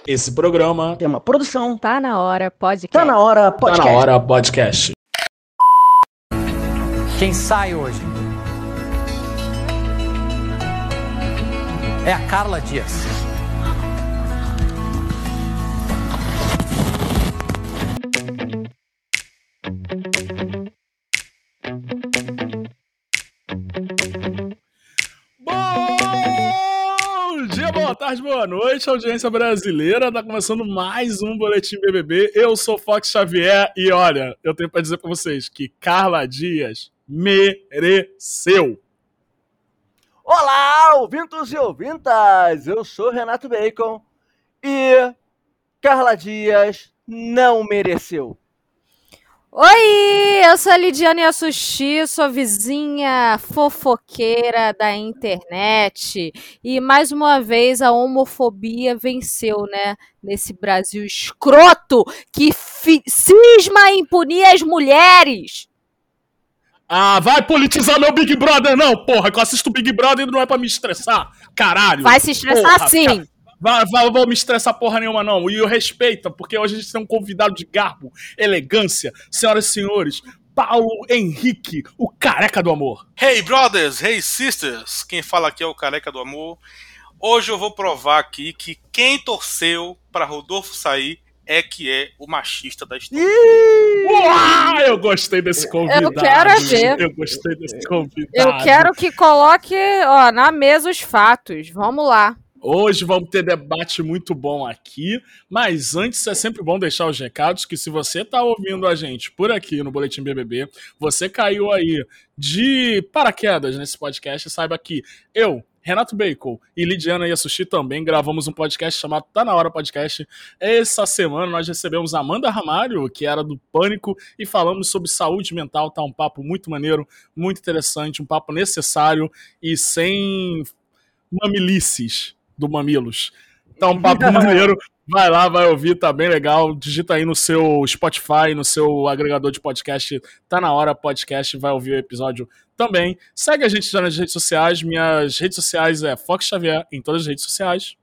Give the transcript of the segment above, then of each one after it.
Esse programa é uma produção. Tá na hora, podcast. Tá na hora, podcast. Tá na hora, podcast. Quem sai hoje é a Carla Dias. Bom dia, boa tarde, boa noite, audiência brasileira. Tá começando mais um Boletim BBB. Eu sou Fox Xavier e olha, eu tenho pra dizer pra vocês que Carla Dias mereceu. Olá, ouvintos e ouvintas! Eu sou Renato Bacon e Carla Dias não mereceu. Oi, eu sou a Lidiane Assushi, sou vizinha fofoqueira da internet. E mais uma vez a homofobia venceu, né? Nesse Brasil escroto que cisma em punir as mulheres. Ah, vai politizar meu Big Brother não, porra, que eu assisto Big Brother e não é pra me estressar, caralho. Vai se estressar porra, sim. Vou me estressar porra nenhuma não, e eu respeito, porque hoje a gente tem um convidado de garbo, elegância, senhoras e senhores, Paulo Henrique, o careca do amor. Hey brothers, hey sisters, quem fala aqui é o careca do amor. Hoje eu vou provar aqui que quem torceu pra Rodolfo sair é que é o machista da história. Uau, eu gostei desse convidado. Eu quero ver. Eu gostei desse convidado. Eu quero que coloque, ó, na mesa os fatos. Vamos lá. Hoje vamos ter debate muito bom aqui, mas antes é sempre bom deixar os recados que se você tá ouvindo a gente por aqui no Boletim BBB, você caiu aí de paraquedas nesse podcast, saiba que eu, Renato Bacon e Lidiane Assushi também gravamos um podcast chamado Tá Na Hora Podcast. Essa semana nós recebemos a Amanda Ramalho, que era do Pânico, e falamos sobre saúde mental. Tá um papo muito maneiro, muito interessante, um papo necessário e sem mamilices do Mamilos. Tá um papo maneiro. Vai lá, vai ouvir, tá bem legal. Digita aí no seu Spotify, no seu agregador de podcast, Tá Na Hora Podcast, vai ouvir o episódio também. Segue a gente já nas redes sociais. Minhas redes sociais é Fox Xavier em todas as redes sociais.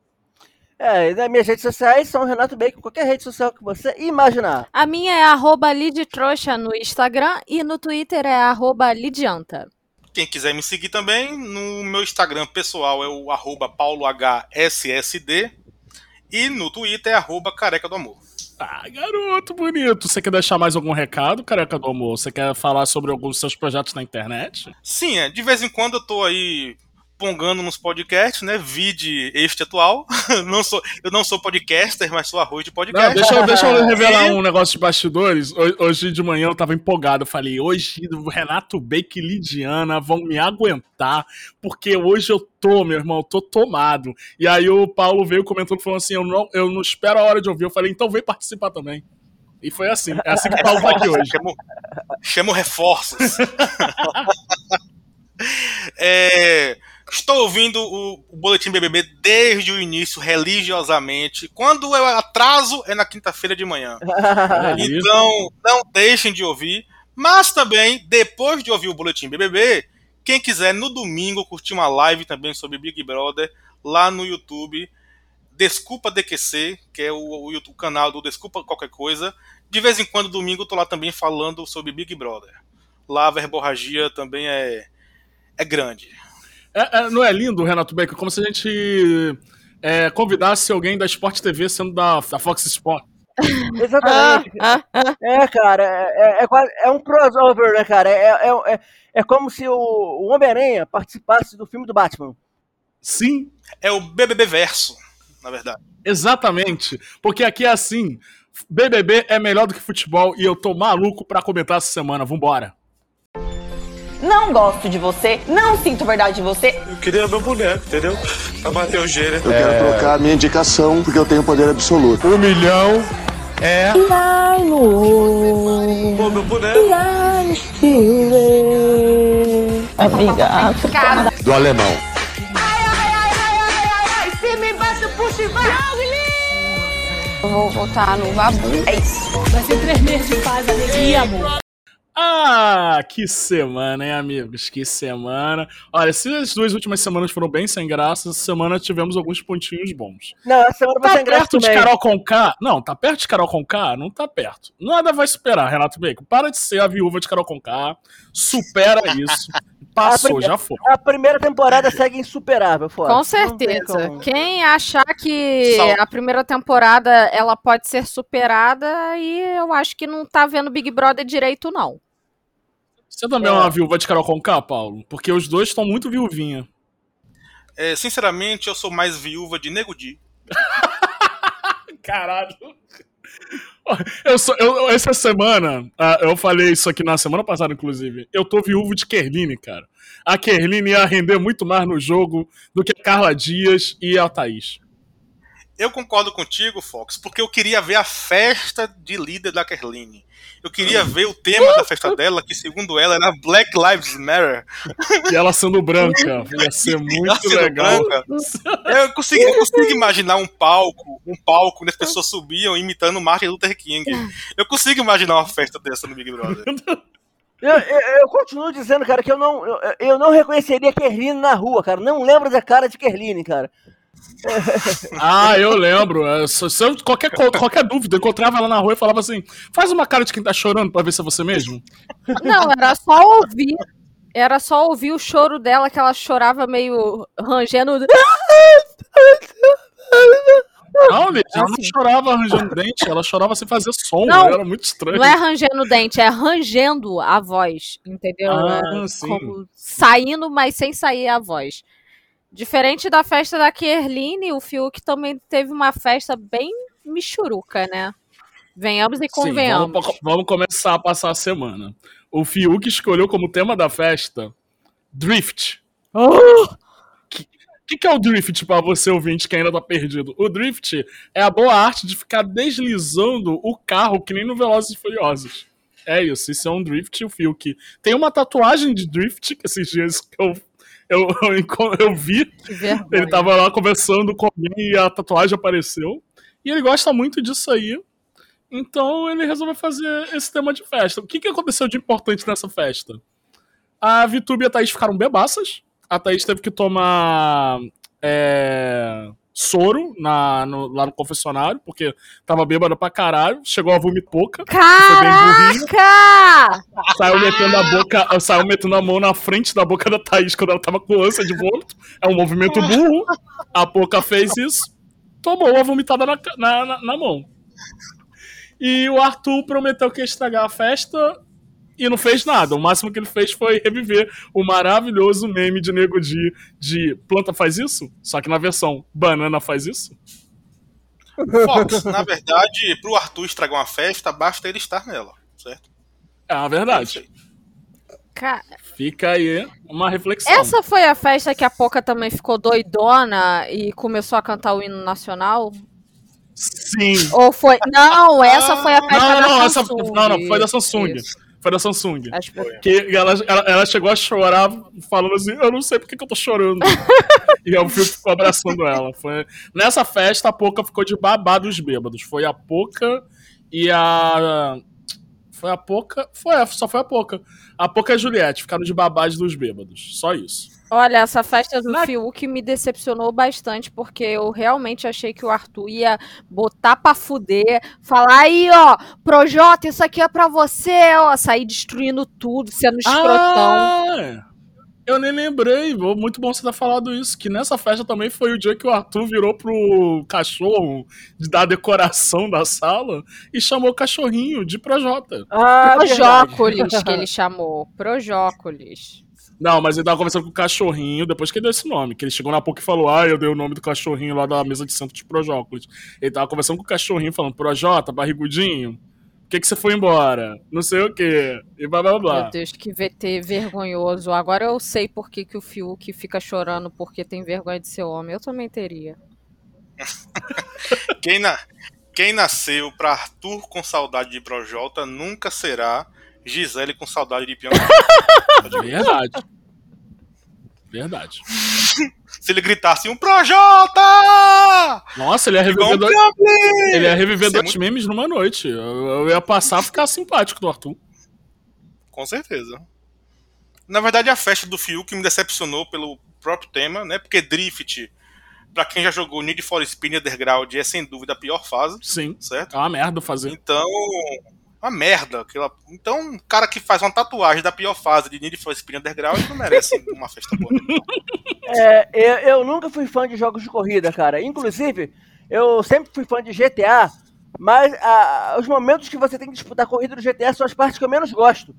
E nas minhas redes sociais são Renato Bacon, qualquer rede social que você imaginar. A minha é @lidtrouxa no Instagram e no Twitter é @lidianta. Quem quiser me seguir também, no meu Instagram pessoal é o @paulohssd e no Twitter é @careca do amor. Ah, garoto bonito. Você quer deixar mais algum recado, careca do amor? Você quer falar sobre alguns dos seus projetos na internet? Sim, de vez em quando eu tô aí pongando nos podcasts, né? Vide este atual. Eu não sou podcaster, mas sou arroz de podcast. Não, deixa eu revelar um negócio de bastidores. Hoje de manhã eu tava empolgado. Eu falei, hoje o Renato Bacon e Lidiana vão me aguentar, porque hoje eu tô, meu irmão, eu tô tomado. E aí o Paulo veio comentando, falando assim, eu não espero a hora de ouvir. Eu falei, então vem participar também. E foi assim. É assim que o Paulo tá aqui hoje. Chamo reforços. Estou ouvindo o Boletim BBB desde o início, religiosamente. Quando eu atraso, é na quinta-feira de manhã. Então, não deixem de ouvir. Mas também, depois de ouvir o Boletim BBB, quem quiser, no domingo, curtir uma live também sobre Big Brother, lá no YouTube, Desculpa DQC, que é o YouTube canal do Desculpa Qualquer Coisa. De vez em quando, domingo, eu tô lá também falando sobre Big Brother. Lá a verborragia também é grande. Não é lindo, Renato Bacon? Como se a gente convidasse alguém da Sport TV sendo da Fox Sport. Exatamente. Cara, é um crossover, né, cara? É como se o Homem-Aranha participasse do filme do Batman. Sim. É o BBB verso, na verdade. Exatamente. Porque aqui é assim, BBB é melhor do que futebol e eu tô maluco pra comentar essa semana. Vambora. Não gosto de você, não sinto verdade de você. Eu queria meu boneco, entendeu? Pra bater o gênero. Eu quero trocar a minha indicação porque eu tenho poder absoluto. 1 milhão é... Pô, meu boneco. Amiga. Do alemão. Se me bate, puxa e vai. Eu vou votar no Babu. É isso. Vai ser 3 meses de paz, alegria, amor. Ah, que semana, hein, amigos? Que semana. Olha, se as 2 últimas semanas foram bem sem graça, essa semana tivemos alguns pontinhos bons. Não, essa semana vai Tá sem graça perto de também. Carol Conká? Não, tá perto de Carol Conká? Não tá perto. Nada vai superar, Renato Bacon. Para de ser a viúva de Carol Conká. Supera isso. Passou, já foi. A primeira temporada segue insuperável, fora. Com certeza. Quem achar que a primeira temporada ela pode ser superada, aí eu acho que não tá vendo Big Brother direito, não. Você também é uma viúva de Carol Conká, Paulo? Porque os dois estão muito viuvinha. Sinceramente, eu sou mais viúva de Nego Di. Caralho. Essa semana, eu falei isso aqui na semana passada, inclusive. Eu tô viúvo de Kerline, cara. A Kerline ia render muito mais no jogo do que a Carla Dias e a Thaís. Eu concordo contigo, Fox, porque eu queria ver a festa de líder da Kerline. Eu queria ver o tema da festa dela, que segundo ela era Black Lives Matter. E ela sendo branca, ia ser muito legal. Eu consigo imaginar um palco onde as pessoas subiam imitando Martin Luther King. Eu consigo imaginar uma festa dessa no Big Brother. Eu continuo dizendo, cara, que eu não reconheceria Kerline na rua, cara. Não lembro da cara de Kerline, cara. Ah, eu lembro. Qualquer dúvida, eu encontrava ela na rua e falava assim: faz uma cara de quem tá chorando pra ver se é você mesmo. Não, era só ouvir o choro dela, que ela chorava meio rangendo. Não, Lidia, ela não chorava arranjando dente, ela chorava sem fazer som, não, era muito estranho. Não é rangendo o dente, é rangendo a voz, entendeu? Sim. Como saindo, mas sem sair a voz. Diferente da festa da Kerline, o Fiuk também teve uma festa bem michuruca, né? Venhamos e convenhamos. Sim, vamos começar a passar a semana. O Fiuk escolheu como tema da festa Drift. O que é o Drift pra você, ouvinte, que ainda tá perdido? O Drift é a boa arte de ficar deslizando o carro que nem no Velozes e Furiosos. É isso é um Drift. O Fiuk tem uma tatuagem de Drift, que esses dias que eu vi, ele tava lá conversando com alguém e a tatuagem apareceu. E ele gosta muito disso aí. Então ele resolveu fazer esse tema de festa. O que aconteceu de importante nessa festa? A Vitube e a Thaís ficaram bebaças. A Thaís teve que tomar soro lá no confessionário, porque tava bêbada pra caralho. Chegou a vomitoca. Caraca! Saiu metendo a mão na frente da boca da Thaís quando ela tava com ânsia de vômito. É um movimento burro. A Poca fez isso. Tomou uma vomitada na mão. E o Arthur prometeu que ia estragar a festa e não fez nada. O máximo que ele fez foi reviver o maravilhoso meme de Nego Di de planta faz isso? Só que na versão banana faz isso? Fox, na verdade, pro Arthur estragar uma festa, basta ele estar nela, certo? É a verdade. Fica aí uma reflexão. Essa foi a festa que a Poca também ficou doidona e começou a cantar o hino nacional? Sim. Ou foi... Não, essa foi a festa da Samsung. Não, foi da Samsung. Isso. Foi da Samsung. Que ela chegou a chorar falando assim, eu não sei porque que eu tô chorando. E o Fiuk ficou abraçando ela. Nessa festa, a Poca ficou de babá dos bêbados. Foi a Poca e a... Só foi a Poca. A Poca e a Juliette ficaram de babás dos bêbados. Só isso. Olha, essa festa do Fiuk me decepcionou bastante, porque eu realmente achei que o Arthur ia botar pra fuder, falar aí, ó, Projota, isso aqui é pra você, ó, sair destruindo tudo, sendo escrotão. Eu nem lembrei, muito bom você ter falado isso, que nessa festa também foi o dia que o Arthur virou pro cachorro da decoração da sala e chamou o cachorrinho de Projota. Projócolis, que ele chamou, Projócolis. Não, mas ele tava conversando com o cachorrinho depois que ele deu esse nome. Que ele chegou na PUC e falou, eu dei o nome do cachorrinho lá da mesa de centro de Projócolis. Ele tava conversando com o cachorrinho, falando, Projota, barrigudinho, por que você foi embora? Não sei o quê. E blá, blá, blá. Meu Deus, que VT vergonhoso. Agora eu sei por que o Fiuk fica chorando porque tem vergonha de ser homem. Eu também teria. Quem nasceu pra Arthur com saudade de Projota nunca será Gisele com saudade de Piano. Verdade. Se ele gritasse um Projota! Nossa, ele ia reviver dois memes numa noite. Eu ia passar a ficar simpático do Arthur. Com certeza. Na verdade, a festa do Fiuk me decepcionou pelo próprio tema, né? Porque Drift, pra quem já jogou Need for Speed Underground, é sem dúvida a pior fase. Sim. Certo? É uma merda fazer. Então, uma merda. Então, um cara que faz uma tatuagem da pior fase de Need for Speed Underground não merece uma festa boa. Eu nunca fui fã de jogos de corrida, cara. Inclusive, eu sempre fui fã de GTA, mas os momentos que você tem que disputar a corrida do GTA são as partes que eu menos gosto.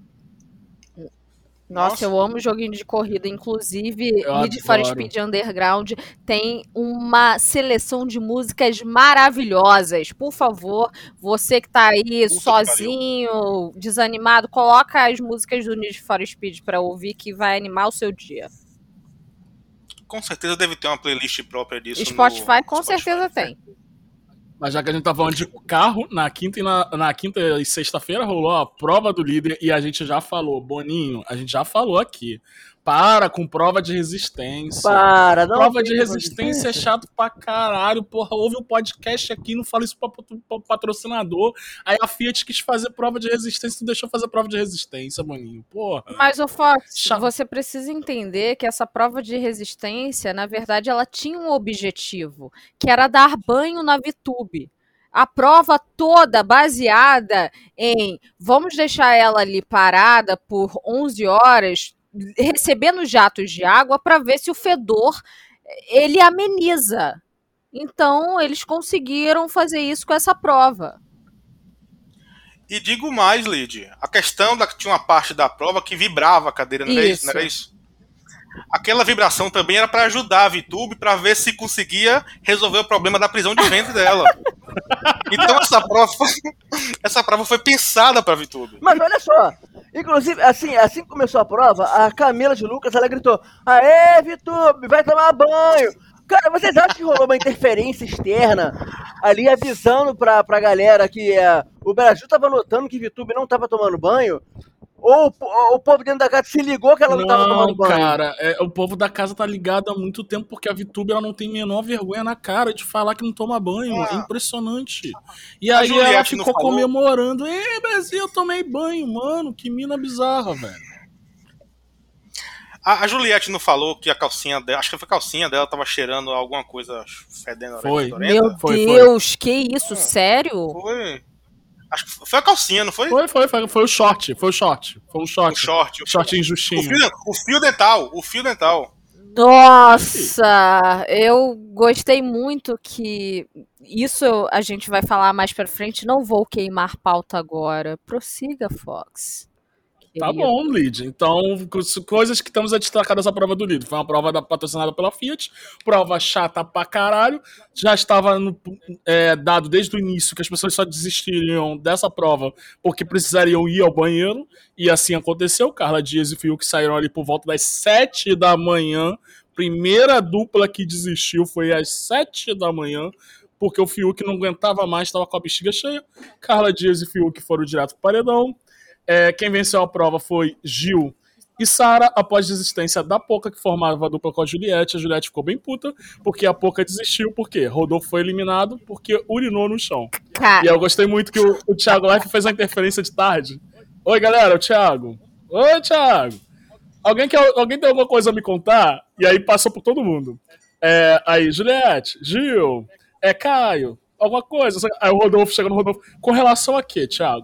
Nossa, eu amo joguinho de corrida. Inclusive, Need for Speed Underground tem uma seleção de músicas maravilhosas. Por favor, você que tá aí sozinho, desanimado, coloca as músicas do Need for Speed pra ouvir, que vai animar o seu dia. Com certeza deve ter uma playlist própria disso. Spotify, com certeza tem. Mas já que a gente tá falando de carro, na quinta e sexta-feira rolou a prova do líder e a gente já falou, Boninho, a gente já falou aqui. Para com prova de resistência. Prova de resistência é chato pra caralho. Porra, ouve um podcast aqui, não fala isso pra patrocinador. Aí a Fiat quis fazer prova de resistência, tu deixou fazer prova de resistência, Boninho. Porra. Mas, ô Fox, você precisa entender que essa prova de resistência, na verdade, ela tinha um objetivo, que era dar banho na VTube. A prova toda baseada em vamos deixar ela ali parada por 11 horas, recebendo jatos de água para ver se o fedor ele ameniza. Então, eles conseguiram fazer isso com essa prova. E digo mais, Lid, a questão que tinha uma parte da prova que vibrava a cadeira, não era isso? Aquela vibração também era para ajudar a VTube para ver se conseguia resolver o problema da prisão de ventre dela. Então essa prova foi pensada para a VTube. Mas olha só, inclusive, assim que começou a prova, a Camila de Lucas, ela gritou: aê, VTube, vai tomar banho! Cara, vocês acham que rolou uma interferência externa ali avisando pra galera que o Brasil tava notando que VTube não tava tomando banho? Ou o povo dentro da casa se ligou que ela não tava tomando banho? Não, cara, o povo da casa tá ligado há muito tempo porque a VTube ela não tem a menor vergonha na cara de falar que não toma banho. É impressionante. E aí ela ficou comemorando. Ei, Brasil, eu tomei banho, mano. Que mina bizarra, velho. A Juliette não falou que a calcinha dela, acho que foi a calcinha dela, tava cheirando alguma coisa fedendo. Foi. Meu Deus, que isso? Sério? Foi. Acho que foi a calcinha, não foi? Foi o short. Foi um short. Short injustinho. O fio dental. Nossa, eu gostei muito que isso a gente vai falar mais pra frente. Não vou queimar pauta agora. Prossiga, Fox. Tá bom, Lid. Então, coisas que estamos a destacar dessa prova do Lid. Foi uma prova patrocinada pela Fiat, prova chata pra caralho. Já estava dado desde o início que as pessoas só desistiriam dessa prova porque precisariam ir ao banheiro. E assim aconteceu. Carla Dias e Fiuk saíram ali por volta das 7 da manhã. Primeira dupla que desistiu foi às 7 da manhã. Porque o Fiuk não aguentava mais, estava com a bexiga cheia. Carla Dias e Fiuk foram direto pro paredão. Quem venceu a prova foi Gil e Sara, após desistência da Poca, que formava a dupla com a Juliette. A Juliette ficou bem puta, porque a Poca desistiu, porque Rodolfo foi eliminado, porque urinou no chão. E eu gostei muito que o Thiago Life fez a interferência de tarde. Oi, galera, o Thiago. Oi, Thiago. Alguém tem alguma coisa a me contar? E aí passou por todo mundo. Aí, Juliette, Gil, Caio, alguma coisa. Aí o Rodolfo chega no Rodolfo. Com relação a quê, Thiago?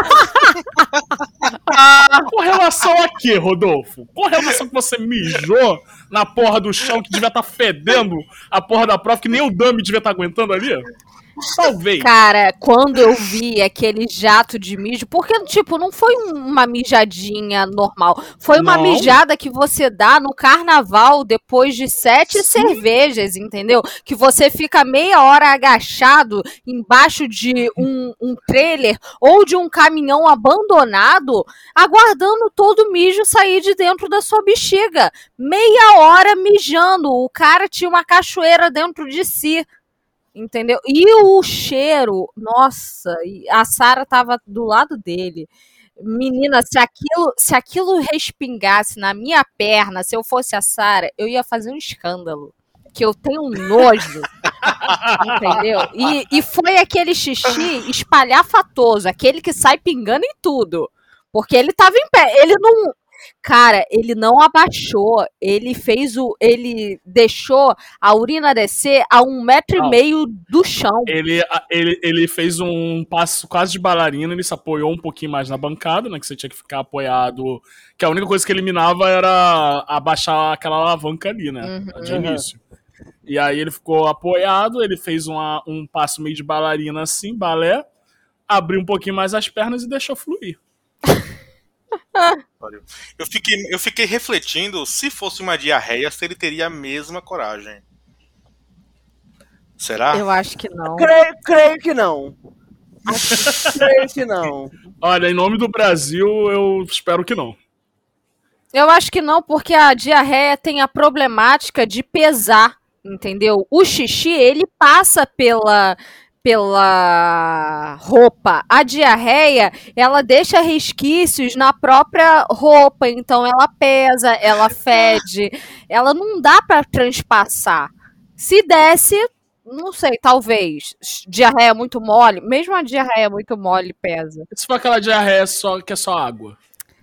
Com relação a quê, Rodolfo? Com relação que você mijou na porra do chão que devia estar fedendo a porra da prova, que nem o Dami devia estar aguentando ali? Talvez. Cara, quando eu vi aquele jato de mijo, porque, tipo, não foi uma mijadinha normal. Foi uma mijada que você dá no carnaval depois de 7 cervejas, entendeu? Que você fica meia hora agachado embaixo de um trailer ou de um caminhão abandonado, aguardando todo o mijo sair de dentro da sua bexiga. Meia hora mijando. O cara tinha uma cachoeira dentro de si. Entendeu? E o cheiro, nossa, a Sara tava do lado dele. Menina, se aquilo respingasse na minha perna, se eu fosse a Sara, eu ia fazer um escândalo. Que eu tenho um nojo. Entendeu? E foi aquele xixi espalhafatoso, aquele que sai pingando em tudo. Porque ele tava em pé, ele não... Cara, ele não abaixou, ele deixou a urina descer a 1,5 m do chão. Ele fez um passo quase de bailarina, ele se apoiou um pouquinho mais na bancada, né, que você tinha que ficar apoiado, que a única coisa que eliminava era abaixar aquela alavanca ali, né, de início. E aí ele ficou apoiado, ele fez um passo meio de bailarina assim, balé, abriu um pouquinho mais as pernas e deixou fluir. Eu fiquei refletindo se fosse uma diarreia, se ele teria a mesma coragem. Será? Eu acho que não. Creio que não. Creio que não. Olha, em nome do Brasil, eu espero que não. Eu acho que não, porque a diarreia tem a problemática de pesar, entendeu? O xixi, ele passa pela roupa. A diarreia, ela deixa resquícios na própria roupa, então ela pesa, ela fede, ela não dá pra transpassar. Se desse, não sei, talvez, diarreia muito mole, mesmo a diarreia muito mole pesa. Se for aquela diarreia que é só água.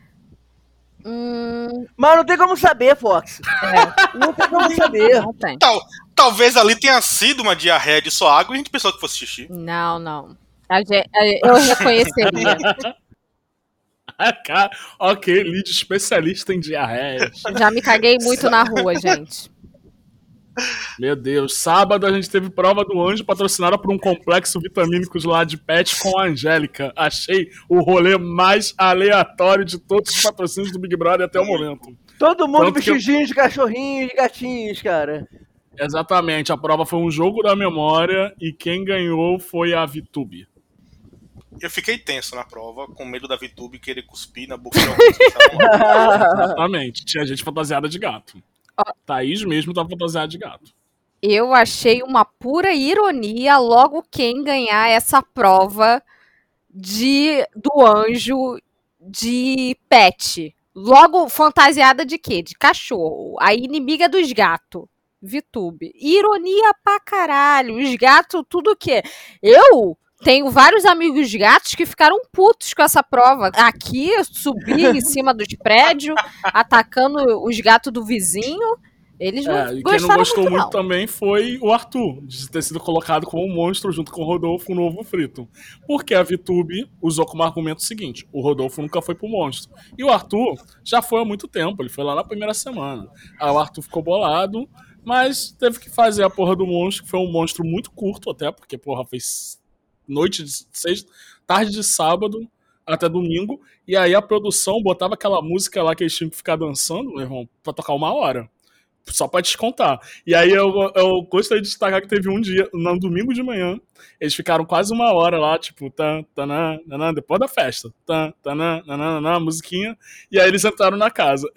Mas não tem como saber, Fox. Não tem como saber. Não tem. Talvez ali tenha sido uma diarreia de só água e a gente pensou que fosse xixi. Não. Eu reconheceria. Ok, lead especialista em diarreias. Já me caguei muito na rua, gente. Meu Deus, sábado a gente teve prova do anjo patrocinada por um complexo vitamínicos lá de pet com a Angélica. Achei o rolê mais aleatório de todos os patrocínios do Big Brother até o momento. Todo mundo vestidinho de cachorrinhos, de gatinhos, cara. Exatamente, a prova foi um jogo da memória e quem ganhou foi a VTube. Eu fiquei tenso na prova, com medo da VTube querer cuspir na boca de alguém. Exatamente, tinha gente fantasiada de gato. Thaís mesmo tava fantasiada de gato. Eu achei uma pura ironia logo quem ganhar essa prova do anjo de pet. Logo fantasiada de quê? De cachorro. A inimiga dos gatos. VTube. Ironia pra caralho. Os gatos, tudo o quê? Eu tenho vários amigos gatos que ficaram putos com essa prova. Aqui, eu subi em cima dos prédios, atacando os gatos do vizinho. Eles não gostaram. E quem não gostou muito não. também foi o Arthur, de ter sido colocado como um monstro junto com o Rodolfo no Ovo Frito. Porque a VTube usou como argumento o seguinte: o Rodolfo nunca foi pro monstro. E o Arthur já foi há muito tempo, ele foi lá na primeira semana. Aí o Arthur ficou bolado, mas teve que fazer a porra do monstro, que foi um monstro muito curto até, porque, porra, fez tarde de sábado até domingo, e aí a produção botava aquela música lá que eles tinham que ficar dançando, meu irmão, pra tocar 1 hora. Só pra descontar. E aí eu gostaria de destacar que teve um dia, no domingo de manhã, eles ficaram quase 1 hora lá, tipo, depois da festa. Musiquinha. E aí eles entraram na casa.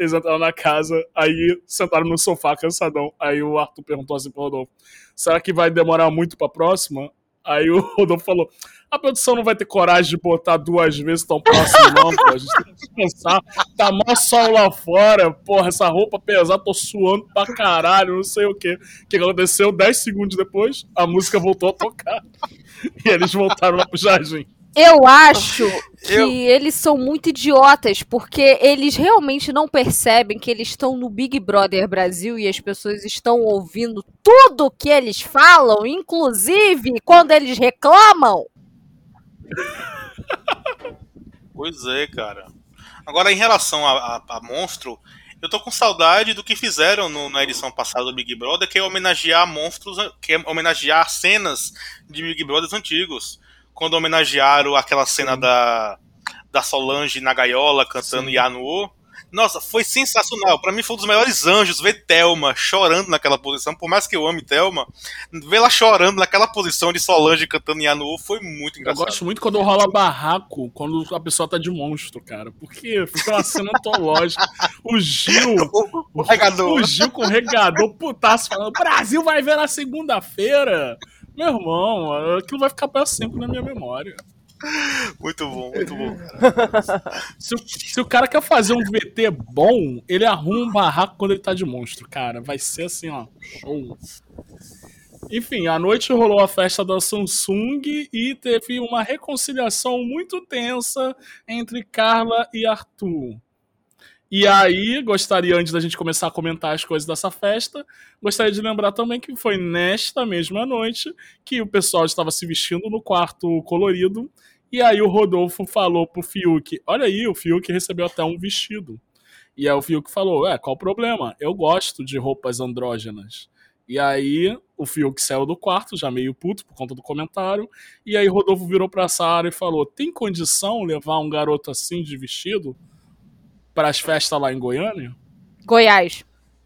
Aí sentaram no sofá cansadão. Aí o Arthur perguntou assim pro Rodolfo: será que vai demorar muito pra próxima? Aí o Rodolfo falou: a produção não vai ter coragem de botar 2 vezes tão próximo, não, pô. A gente tem que descansar. Tá mó sol lá fora, porra, essa roupa pesada, tô suando pra caralho, não sei o quê. O que aconteceu? 10 segundos depois, a música voltou a tocar. E eles voltaram lá pro jardim. Eu acho que eles são muito idiotas, porque eles realmente não percebem que eles estão no Big Brother Brasil e as pessoas estão ouvindo tudo que eles falam, inclusive quando eles reclamam. Pois é, cara. Agora, em relação a monstro, eu tô com saudade do que fizeram na edição passada do Big Brother, que é homenagear monstros, que é homenagear cenas de Big Brothers antigos. Quando homenagearam aquela cena da Solange na gaiola cantando Yanuo. Nossa, foi sensacional. Pra mim foi um dos melhores anjos ver Thelma chorando naquela posição. Por mais que eu ame Thelma, ver ela chorando naquela posição de Solange cantando Yanuo foi muito engraçado. Eu gosto muito quando rola barraco, quando a pessoa tá de monstro, cara. Porque fica uma cena antológica. O Gil com o regador putaço falando: Brasil vai ver na segunda-feira. Meu irmão, aquilo vai ficar pra sempre na minha memória. Muito bom, cara. Se o cara quer fazer um VT bom, ele arruma um barraco quando ele tá de monstro, cara. Vai ser assim, ó, show. Enfim, à noite rolou a festa da Samsung e teve uma reconciliação muito tensa entre Carla e Arthur. E aí, gostaria, antes da gente começar a comentar as coisas dessa festa, gostaria de lembrar também que foi nesta mesma noite que o pessoal estava se vestindo no quarto colorido, e aí o Rodolfo falou pro Fiuk, olha aí, o Fiuk recebeu até um vestido. E aí o Fiuk falou, qual o problema? Eu gosto de roupas andrógenas. E aí o Fiuk saiu do quarto, já meio puto por conta do comentário, e aí Rodolfo virou pra Sara e falou, tem condição levar um garoto assim de vestido para as festas lá em Goiânia? Goiás.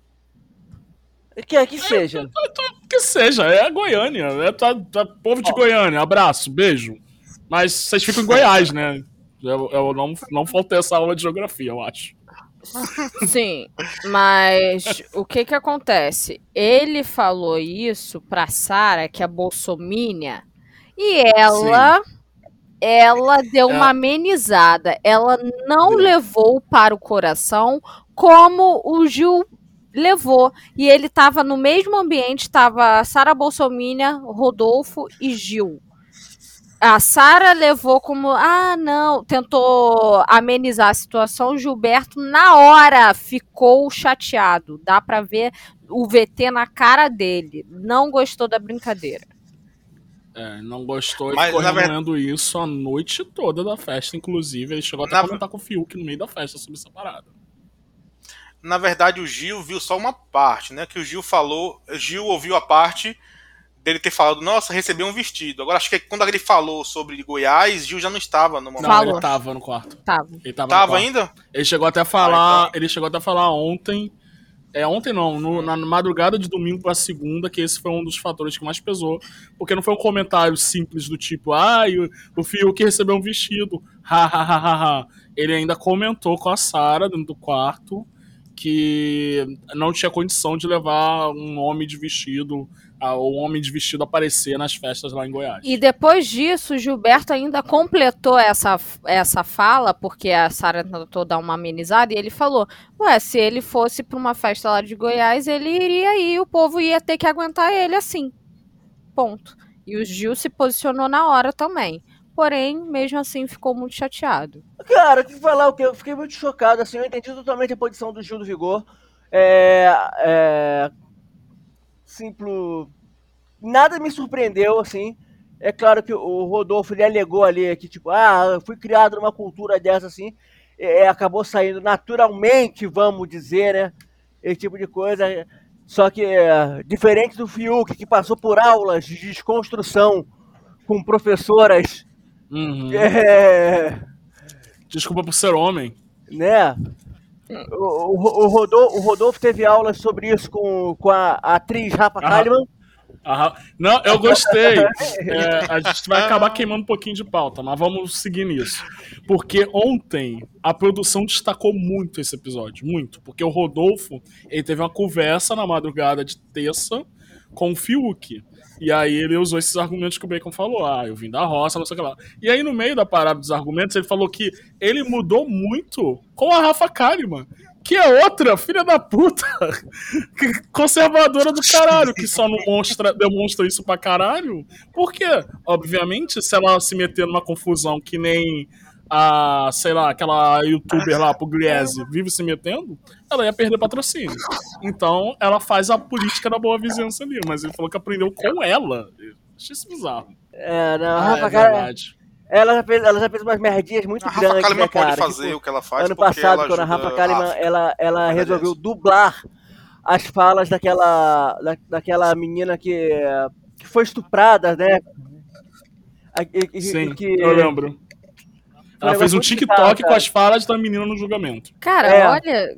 Que seja. Que seja, é a Goiânia. Povo de Goiânia, abraço, beijo. Mas vocês ficam em Goiás, né? Eu não faltei essa aula de geografia, eu acho. Sim, mas o que acontece? Ele falou isso pra Sara, que é bolsomínia, e ela deu uma amenizada. Ela não levou para o coração como o Gil levou. E ele estava no mesmo ambiente, estava Sara Bolsomínia, Rodolfo e Gil. A Sara levou como, não, tentou amenizar a situação. O Gilberto, na hora, ficou chateado. Dá pra ver o VT na cara dele. Não gostou da brincadeira. Não gostou e ficou remoendo isso a noite toda da festa, inclusive. Ele chegou até a comentar com o Fiuk no meio da festa sobre essa parada. Na verdade, o Gil viu só uma parte, né? Que o Gil falou, Gil ouviu a parte dele ter falado, nossa, recebi um vestido. Agora, acho que quando ele falou sobre Goiás, Gil já não estava no momento. Não, ele tava no quarto. Ele tava ainda? Ele chegou até a falar, ontem... ontem não, na madrugada de domingo pra segunda, que esse foi um dos fatores que mais pesou, porque não foi um comentário simples do tipo, o Fiuk recebeu um vestido, ha. Ele ainda comentou com a Sara dentro do quarto que não tinha condição de levar um homem de vestido, ou um homem de vestido aparecer nas festas lá em Goiás. E depois disso, o Gilberto ainda completou essa fala, porque a Sara tentou dar uma amenizada, e ele falou, se ele fosse para uma festa lá de Goiás, ele iria ir, o povo ia ter que aguentar ele assim. Ponto. E o Gil se posicionou na hora também. Porém, mesmo assim, ficou muito chateado. Cara, tem que falar o quê? Eu fiquei muito chocado, assim, eu entendi totalmente a posição do Gil do Vigor. Simples. Nada me surpreendeu, assim. É claro que o Rodolfo, ele alegou ali que, tipo, eu fui criado numa cultura dessa, assim. Acabou saindo naturalmente, vamos dizer, né? Esse tipo de coisa. Só que, diferente do Fiuk, que passou por aulas de desconstrução com professoras... Uhum. Desculpa por ser homem. Né? O Rodolfo teve aulas sobre isso com a atriz Rafa Kalimann. Não, eu gostei. A gente vai acabar queimando um pouquinho de pauta, mas vamos seguir nisso. Porque ontem a produção destacou muito esse episódio, muito. Porque o Rodolfo, ele teve uma conversa na madrugada de terça com o Fiuk. E aí ele usou esses argumentos que o Bacon falou. Eu vim da roça, não sei o que lá. E aí no meio da parada dos argumentos, ele falou que ele mudou muito com a Rafa Kalimann, que é outra filha da puta conservadora do caralho, que só não demonstra isso pra caralho. Por quê? Obviamente, se ela se meter numa confusão que nem aquela youtuber lá, Pugliese, vive se metendo, ela ia perder patrocínio. Então, ela faz a política da boa vizinhança ali, mas ele falou que aprendeu com ela. Achei isso bizarro. Rafa Kalimann, ela já fez umas merdinhas muito grandes, Rafa Kalimann cara. Pode fazer tipo, o que ela faz. Ano passado, quando a Rafa Kalimann, ela resolveu dublar as falas daquela menina que foi estuprada, né? Sim, eu lembro. Ela fez um TikTok com as falas da menina no julgamento. Cara, olha...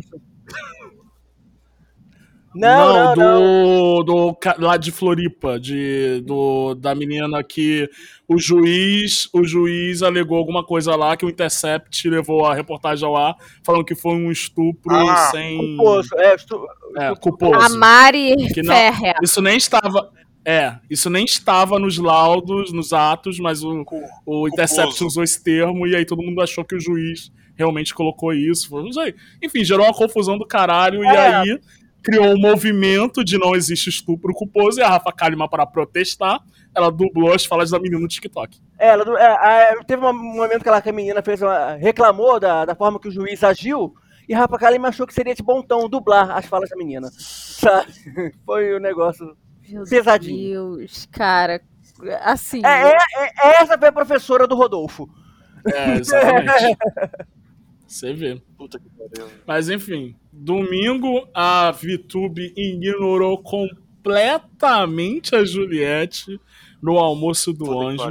Não. Lá de Floripa, da menina que o juiz alegou alguma coisa lá, que o Intercept levou a reportagem ao ar, falando que foi um estupro sem... Culposo, culposo. A Mari Ferrer. Isso nem estava nos laudos, nos atos, mas o Intercept usou esse termo, e aí todo mundo achou que o juiz realmente colocou isso. Enfim, gerou uma confusão do caralho, e aí... criou um movimento de não existe estupro culposo e a Rafa Kalimann, para protestar, ela dublou as falas da menina no TikTok. Teve um momento que a menina reclamou da forma que o juiz agiu e a Rafa Kalimann achou que seria de bom tom dublar as falas da menina. Sabe? Foi um negócio pesadinho. Meu Deus, cara. Assim. Essa foi a professora do Rodolfo. Exatamente. Você vê. Puta que pariu. Mas enfim, domingo a VTube ignorou completamente a Juliette no almoço do anjo.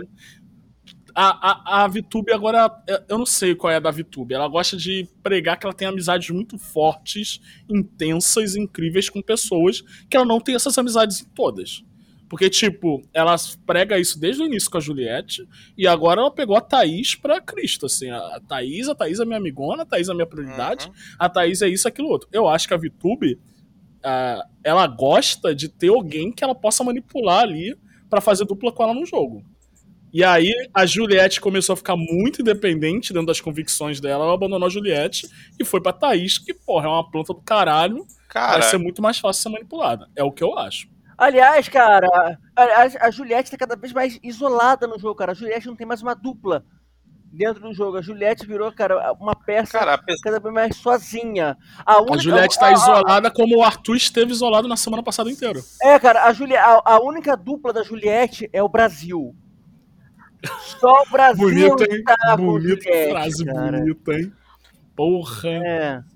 A VTube agora, eu não sei qual é a da VTube. Ela gosta de pregar que ela tem amizades muito fortes, intensas, incríveis com pessoas que ela não tem essas amizades em todas. Porque, tipo, ela prega isso desde o início com a Juliette e agora ela pegou a Thaís pra Cristo, assim. A Thaís é minha amigona, a Thaís é minha prioridade, a Thaís é isso, aquilo, outro. Eu acho que a VTube, ela gosta de ter alguém que ela possa manipular ali pra fazer dupla com ela no jogo. E aí a Juliette começou a ficar muito independente dentro das convicções dela, ela abandonou a Juliette e foi pra Thaís, que, porra, é uma planta do caralho, vai ser muito mais fácil ser manipulada. É o que eu acho. Aliás, cara, a Juliette tá cada vez mais isolada no jogo, cara. A Juliette não tem mais uma dupla dentro do jogo. A Juliette virou, cara, uma peça cada vez mais sozinha. A Juliette tá isolada como o Arthur esteve isolado na semana passada inteira. Cara, a única dupla da Juliette é o Brasil. Só o Brasil bonito, hein? Tá bonito, com Juliette, frase cara. bonita, hein? Porra.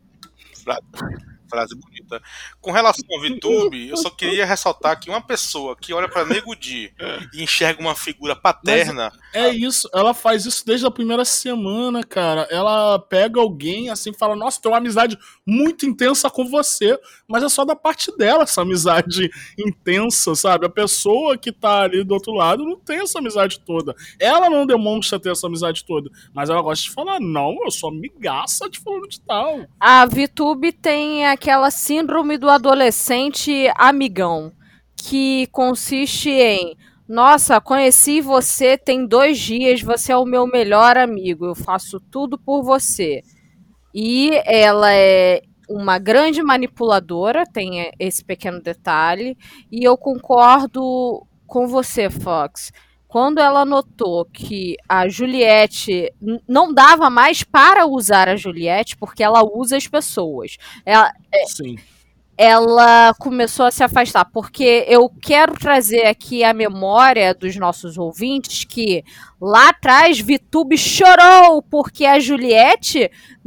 Frase bonita. Com relação ao VTube, eu só queria ressaltar que uma pessoa que olha pra Nego Di e enxerga uma figura paterna... Mas é isso, ela faz isso desde a primeira semana, cara. Ela pega alguém assim e fala, nossa, tem uma amizade muito intensa com você, mas é só da parte dela essa amizade intensa, sabe? A pessoa que tá ali do outro lado não tem essa amizade toda. Ela não demonstra ter essa amizade toda, mas ela gosta de falar, não, eu sou amigaça de fulano de tal. A VTube tem aquela síndrome do adolescente amigão, que consiste em, nossa, conheci você tem 2 dias, você é o meu melhor amigo, eu faço tudo por você. E ela é uma grande manipuladora, tem esse pequeno detalhe, e eu concordo com você, Fox. Quando ela notou que a Juliette não dava mais para usar a Juliette, porque ela usa as pessoas. Sim. Ela começou a se afastar, porque eu quero trazer aqui a memória dos nossos ouvintes que lá atrás VTube chorou porque a Juliette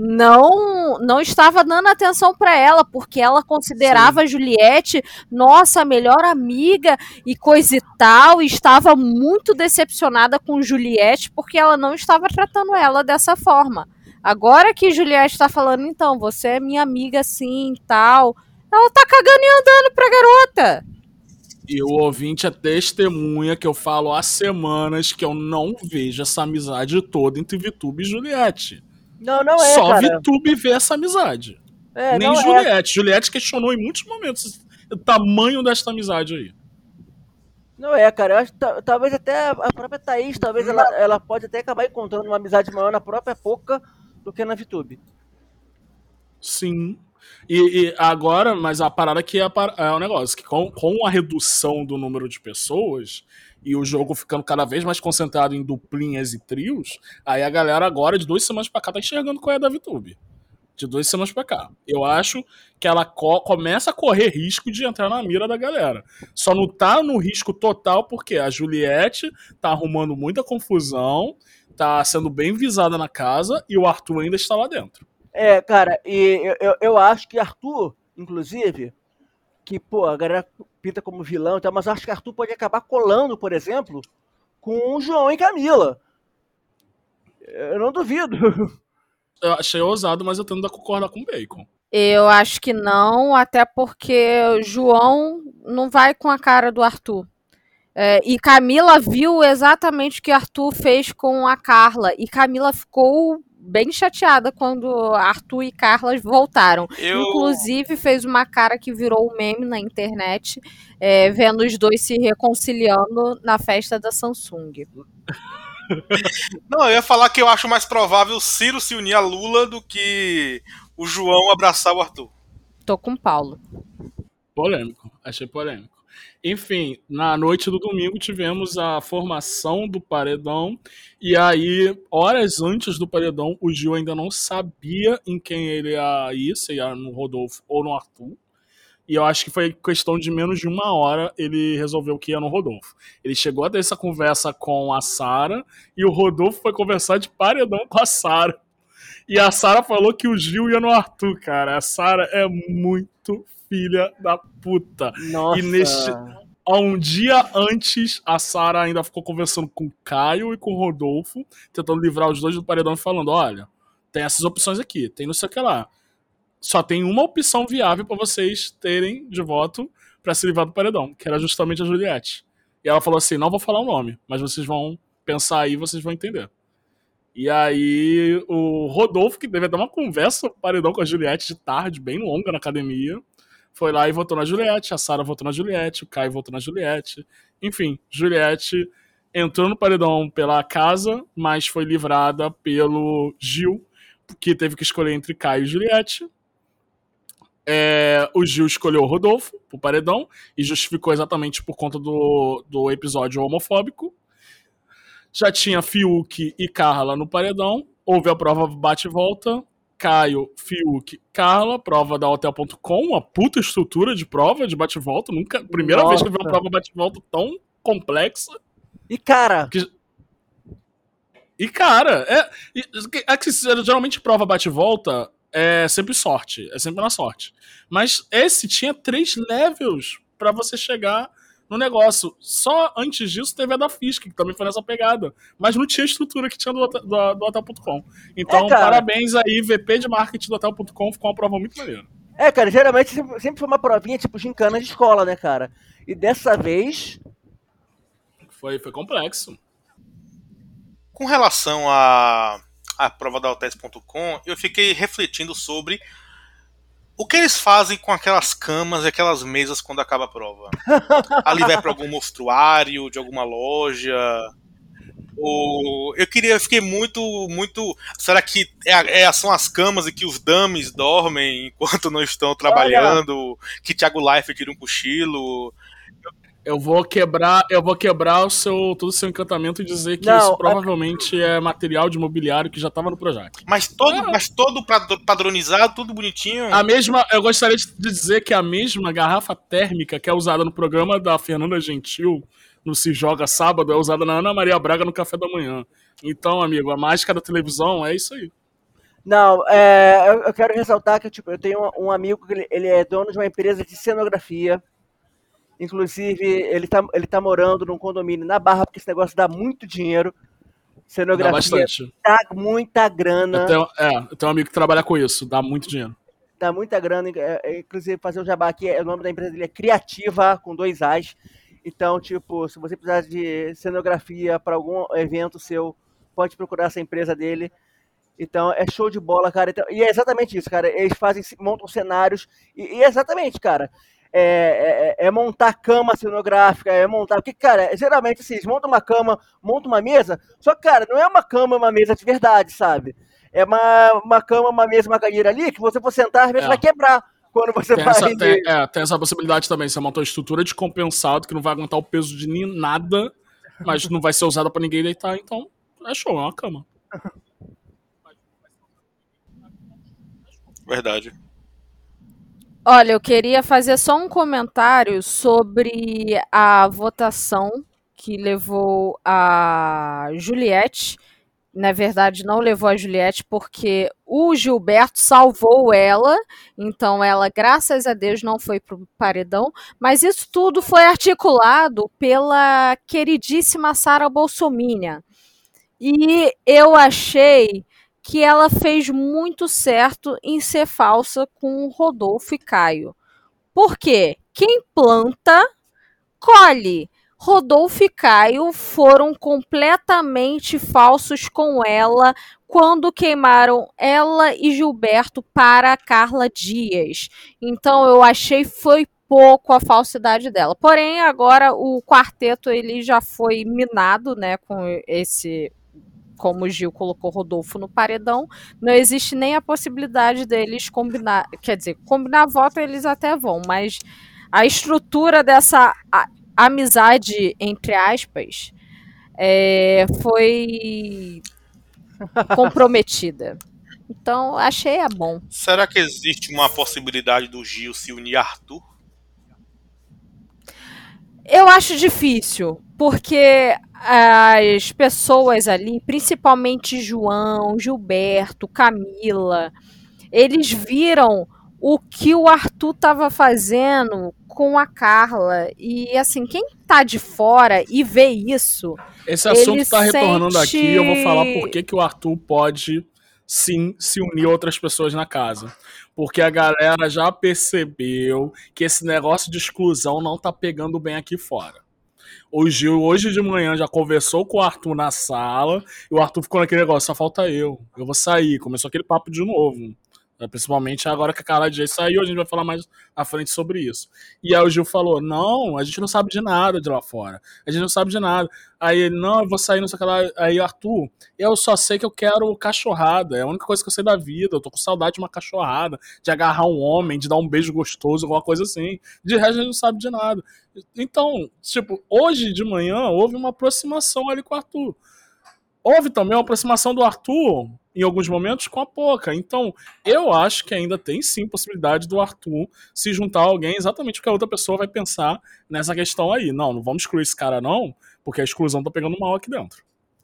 não estava dando atenção para ela, porque ela considerava a Juliette nossa melhor amiga e coisa e tal, e estava muito decepcionada com Juliette porque ela não estava tratando ela dessa forma. Agora que Juliette está falando, então, você é minha amiga assim e tal, ela tá cagando e andando pra garota. E o ouvinte é testemunha que eu falo há semanas que eu não vejo essa amizade toda entre VTube e Juliette. Não é, só cara. VTube vê essa amizade. Nem não Juliette. Juliette questionou em muitos momentos o tamanho desta amizade aí. Não é, cara. Eu acho que talvez até a própria Thaís, talvez ela pode até acabar encontrando uma amizade maior na própria Poca do que na VTube. Sim. E agora, mas a parada aqui é o negócio, que com a redução do número de pessoas e o jogo ficando cada vez mais concentrado em duplinhas e trios, aí a galera agora, de 2 semanas pra cá, tá enxergando qual é da VTube. De 2 semanas pra cá. Eu acho que ela começa a correr risco de entrar na mira da galera. Só não tá no risco total porque a Juliette tá arrumando muita confusão, tá sendo bem visada na casa e o Arthur ainda está lá dentro. Cara, e eu acho que Arthur, inclusive, que, pô, a galera pinta como vilão e tal, mas eu acho que Arthur pode acabar colando, por exemplo, com o João e Camila. Eu não duvido. Eu achei ousado, mas eu tendo a concordar com o Bacon. Eu acho que não, até porque o João não vai com a cara do Arthur. E Camila viu exatamente o que Arthur fez com a Carla, e Camila ficou bem chateada quando Arthur e Carla voltaram. Inclusive fez uma cara que virou um meme na internet, vendo os dois se reconciliando na festa da Samsung. Não, eu ia falar que eu acho mais provável o Ciro se unir a Lula do que o João abraçar o Arthur. Tô com o Paulo. Polêmico, achei polêmico. Enfim, na noite do domingo tivemos a formação do paredão, e aí, horas antes do paredão, o Gil ainda não sabia em quem ele ia ir, se ia no Rodolfo ou no Arthur. E eu acho que foi questão de menos de uma hora ele resolveu que ia no Rodolfo. Ele chegou a ter essa conversa com a Sara e o Rodolfo foi conversar de paredão com a Sara. E a Sara falou que o Gil ia no Arthur, cara. A Sara é muito filha da puta. Nossa. E um dia antes, a Sara ainda ficou conversando com o Caio e com o Rodolfo, tentando livrar os dois do paredão e falando, olha, tem essas opções aqui, tem não sei o que lá. Só tem uma opção viável pra vocês terem de voto pra se livrar do paredão, que era justamente a Juliette. E ela falou assim, não vou falar o nome, mas vocês vão pensar aí, vocês vão entender. E aí o Rodolfo, que teve até uma conversa paredão com a Juliette de tarde, bem longa na academia, foi lá e votou na Juliette, a Sara votou na Juliette, o Caio votou na Juliette. Enfim, Juliette entrou no paredão pela casa, mas foi livrada pelo Gil, que teve que escolher entre Caio e Juliette. O Gil escolheu o Rodolfo pro paredão e justificou exatamente por conta do episódio homofóbico. Já tinha Fiuk e Carla no paredão. Houve a prova bate e volta. Caio, Fiuk, Carla, prova da Hotel.com, uma puta estrutura de prova de bate e volta. Primeira vez que eu vi uma prova bate e volta tão complexa. E cara, geralmente prova bate e volta é sempre sorte, é sempre na sorte. Mas esse tinha 3 levels pra você chegar no negócio. Só antes disso teve a da Fisk, que também foi nessa pegada. Mas não tinha a estrutura que tinha do Hotel.com. Então, parabéns aí, VP de marketing do Hotel.com, ficou uma prova muito maneira. Cara, geralmente sempre foi uma provinha tipo gincana de escola, né, cara? E dessa vez... Foi complexo. Com relação à prova da Hotels.com, eu fiquei refletindo sobre o que eles fazem com aquelas camas e aquelas mesas quando acaba a prova. Ali vai para algum mostruário de alguma loja. Eu fiquei muito. Será que são as camas e que os dummies dormem enquanto não estão trabalhando? Que Thiago Leifert tira um cochilo? Eu vou quebrar todo o seu encantamento e dizer que isso provavelmente é material de mobiliário que já estava no Projac. Mas todo padronizado, tudo bonitinho. Eu gostaria de dizer que a mesma garrafa térmica que é usada no programa da Fernanda Gentil, no Se Joga Sábado, é usada na Ana Maria Braga no Café da Manhã. Então, amigo, a mágica da televisão é isso aí. Não, eu quero ressaltar que eu tenho um amigo que ele é dono de uma empresa de cenografia. Inclusive, ele tá morando num condomínio na Barra, porque esse negócio dá muito dinheiro. Cenografia dá bastante. Dá muita grana. Eu tenho um amigo que trabalha com isso, dá muito dinheiro. Dá muita grana. Inclusive, fazer o jabá aqui, o nome da empresa dele é Criativa, com 2 As. Então, tipo, se você precisar de cenografia para algum evento seu, pode procurar essa empresa dele. Então, é show de bola, cara. Então, e é exatamente isso, cara. Eles montam cenários. E exatamente, cara. É montar cama cenográfica, porque, cara, geralmente assim, eles montam uma cama, montam uma mesa, só que, cara, não é uma cama, uma mesa de verdade, sabe? É uma cama, uma mesa, uma cadeira ali, que você for sentar, às vezes vai quebrar quando você tem essa possibilidade também, você monta uma estrutura de compensado, que não vai aguentar o peso de nada, mas não vai ser usada pra ninguém deitar, então é show, é uma cama. Verdade. Olha, eu queria fazer só um comentário sobre a votação que levou a Juliette. Na verdade, não levou a Juliette porque o Gilberto salvou ela. Então, ela, graças a Deus, não foi pro paredão. Mas isso tudo foi articulado pela queridíssima Sara Bolsominion. E eu achei que ela fez muito certo em ser falsa com Rodolfo e Caio. Por quê? Quem planta, colhe. Rodolfo e Caio foram completamente falsos com ela quando queimaram ela e Gilberto para Carla Dias. Então eu achei foi pouco a falsidade dela. Porém, agora o quarteto ele já foi minado, né, com como o Gil colocou Rodolfo no paredão, não existe nem a possibilidade deles combinar, quer dizer, combinar voto eles até vão, mas a estrutura dessa amizade, entre aspas, foi comprometida. Então, achei bom. Será que existe uma possibilidade do Gil se unir a Arthur? Eu acho difícil, porque as pessoas ali, principalmente João, Gilberto, Camila, eles viram o que o Arthur estava fazendo com a Carla. E assim, quem tá de fora e vê isso. Esse assunto tá retornando aqui, eu vou falar por que o Arthur pode sim se unir a outras pessoas na casa. Porque a galera já percebeu que esse negócio de exclusão não tá pegando bem aqui fora. O Gil, hoje de manhã, já conversou com o Arthur na sala, e o Arthur ficou naquele negócio, só falta eu vou sair. Começou aquele papo de novo. Principalmente agora que a Carla Dias saiu, a gente vai falar mais à frente sobre isso. E aí o Gil falou, não, a gente não sabe de nada de lá fora. A gente não sabe de nada. Aí ele, não, eu vou sair, não sei o que lá. Aí, Arthur, eu só sei que eu quero cachorrada. É a única coisa que eu sei da vida. Eu tô com saudade de uma cachorrada, de agarrar um homem, de dar um beijo gostoso, alguma coisa assim. De resto, a gente não sabe de nada. Então, tipo, hoje de manhã houve uma aproximação ali com o Arthur. Houve também uma aproximação do Arthur, em alguns momentos, com a Poca. Então, eu acho que ainda tem sim possibilidade do Arthur se juntar a alguém exatamente porque a outra pessoa vai pensar nessa questão aí. Não vamos excluir esse cara não, porque a exclusão tá pegando mal aqui dentro.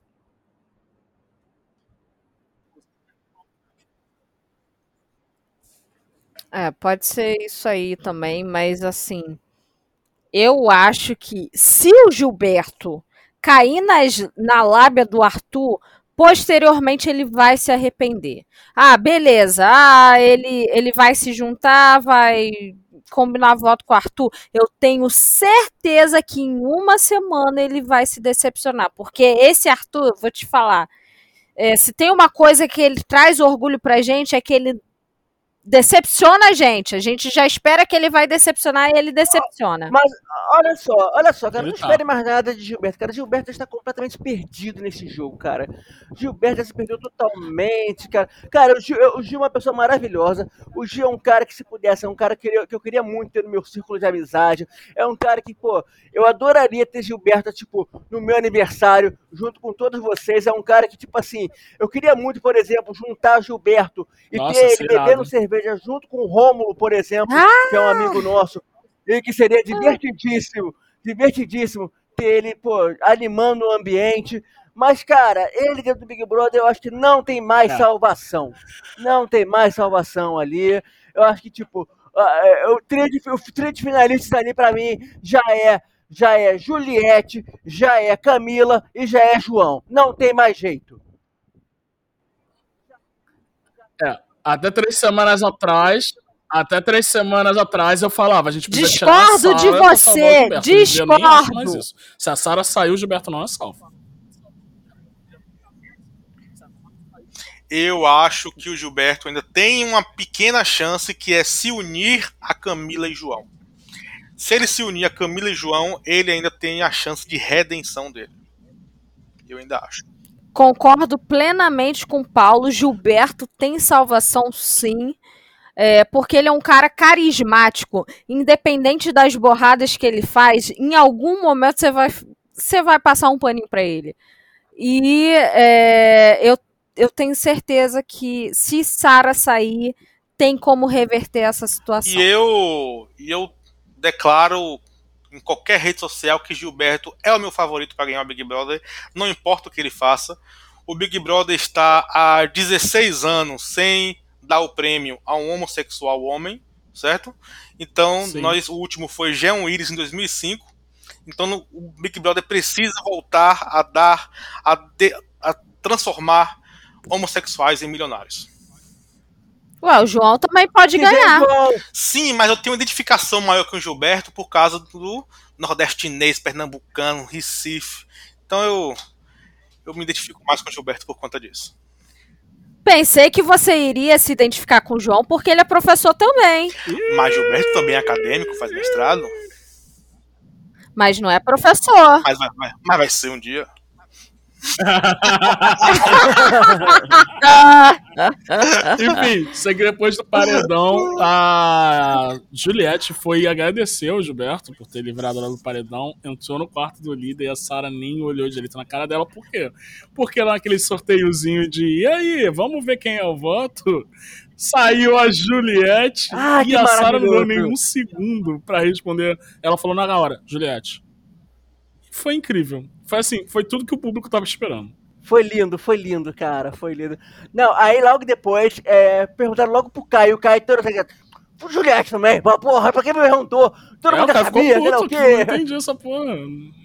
Pode ser isso aí também, mas assim, eu acho que se o Gilberto cair na lábia do Arthur, posteriormente ele vai se arrepender. Beleza, ele vai se juntar, vai combinar voto com o Arthur. Eu tenho certeza que em uma semana ele vai se decepcionar, porque esse Arthur, vou te falar, se tem uma coisa que ele traz orgulho pra gente, é que ele decepciona a gente já espera que ele vai decepcionar e ele decepciona. Mas olha só, cara, não espere mais nada de Gilberto, cara. Gilberto está completamente perdido nesse jogo, cara. Gilberto já se perdeu totalmente, cara. Cara, o Gil é uma pessoa maravilhosa. O Gil é um cara que, se pudesse, é um cara que eu queria muito ter no meu círculo de amizade. É um cara que, pô, eu adoraria ter Gilberto, tipo, no meu aniversário, junto com todos vocês. É um cara que, tipo assim, eu queria muito, por exemplo, juntar Gilberto e ter ele bebendo cerveja junto com o Rômulo, por exemplo, que é um amigo nosso, e que seria divertidíssimo ter ele, pô, animando o ambiente. Mas, cara, ele dentro do Big Brother, eu acho que não tem mais salvação. Não tem mais salvação ali. Eu acho que, tipo, o trio de finalistas ali, pra mim, já é Juliette, já é Camila e já é João. Não tem mais jeito. Até 3 semanas atrás eu falava, a gente precisa tirar a Sara. Discordo de você, discordo. Se a Sara saiu, o Gilberto não é salvo. Eu acho que o Gilberto ainda tem uma pequena chance, que é se unir a Camila e João. Se ele se unir a Camila e João, ele ainda tem a chance de redenção dele. Eu ainda acho. Concordo plenamente com o Paulo. Gilberto tem salvação, sim. Porque ele é um cara carismático. Independente das borradas que ele faz, em algum momento você vai passar um paninho para ele. E eu tenho certeza que se Sara sair, tem como reverter essa situação. E eu declaro em qualquer rede social que Gilberto é o meu favorito para ganhar o Big Brother, não importa o que ele faça. O Big Brother está há 16 anos sem dar o prêmio a um homossexual homem, certo? Então, o último foi Jean Willis em 2005. Então, o Big Brother precisa voltar a transformar homossexuais em milionários. O João também pode ganhar. Sim, mas eu tenho uma identificação maior com o Gilberto por causa do nordestinês, pernambucano, Recife. Então eu me identifico mais com o Gilberto por conta disso. Pensei que você iria se identificar com o João porque ele é professor também. Mas Gilberto também é acadêmico, faz mestrado. Mas não é professor. Mas vai ser um dia. Enfim, sei que depois do paredão, a Juliette foi agradecer ao Gilberto por ter livrado ela do paredão, entrou no quarto do líder e a Sara nem olhou direito na cara dela. Por quê? Porque lá naquele sorteiozinho de e aí, vamos ver quem é o voto? Saiu a Juliette e a Sara não deu nem um segundo pra responder. Ela falou na hora, Juliette. Foi incrível. Foi assim, foi tudo que o público tava esperando. Foi lindo, cara, foi lindo. Não, aí logo depois, perguntaram logo pro Caio, o Caio todo pro Juliette também, porra, pra quem me perguntou? Todo mundo já sabia, sei lá o quê. Não entendi essa porra.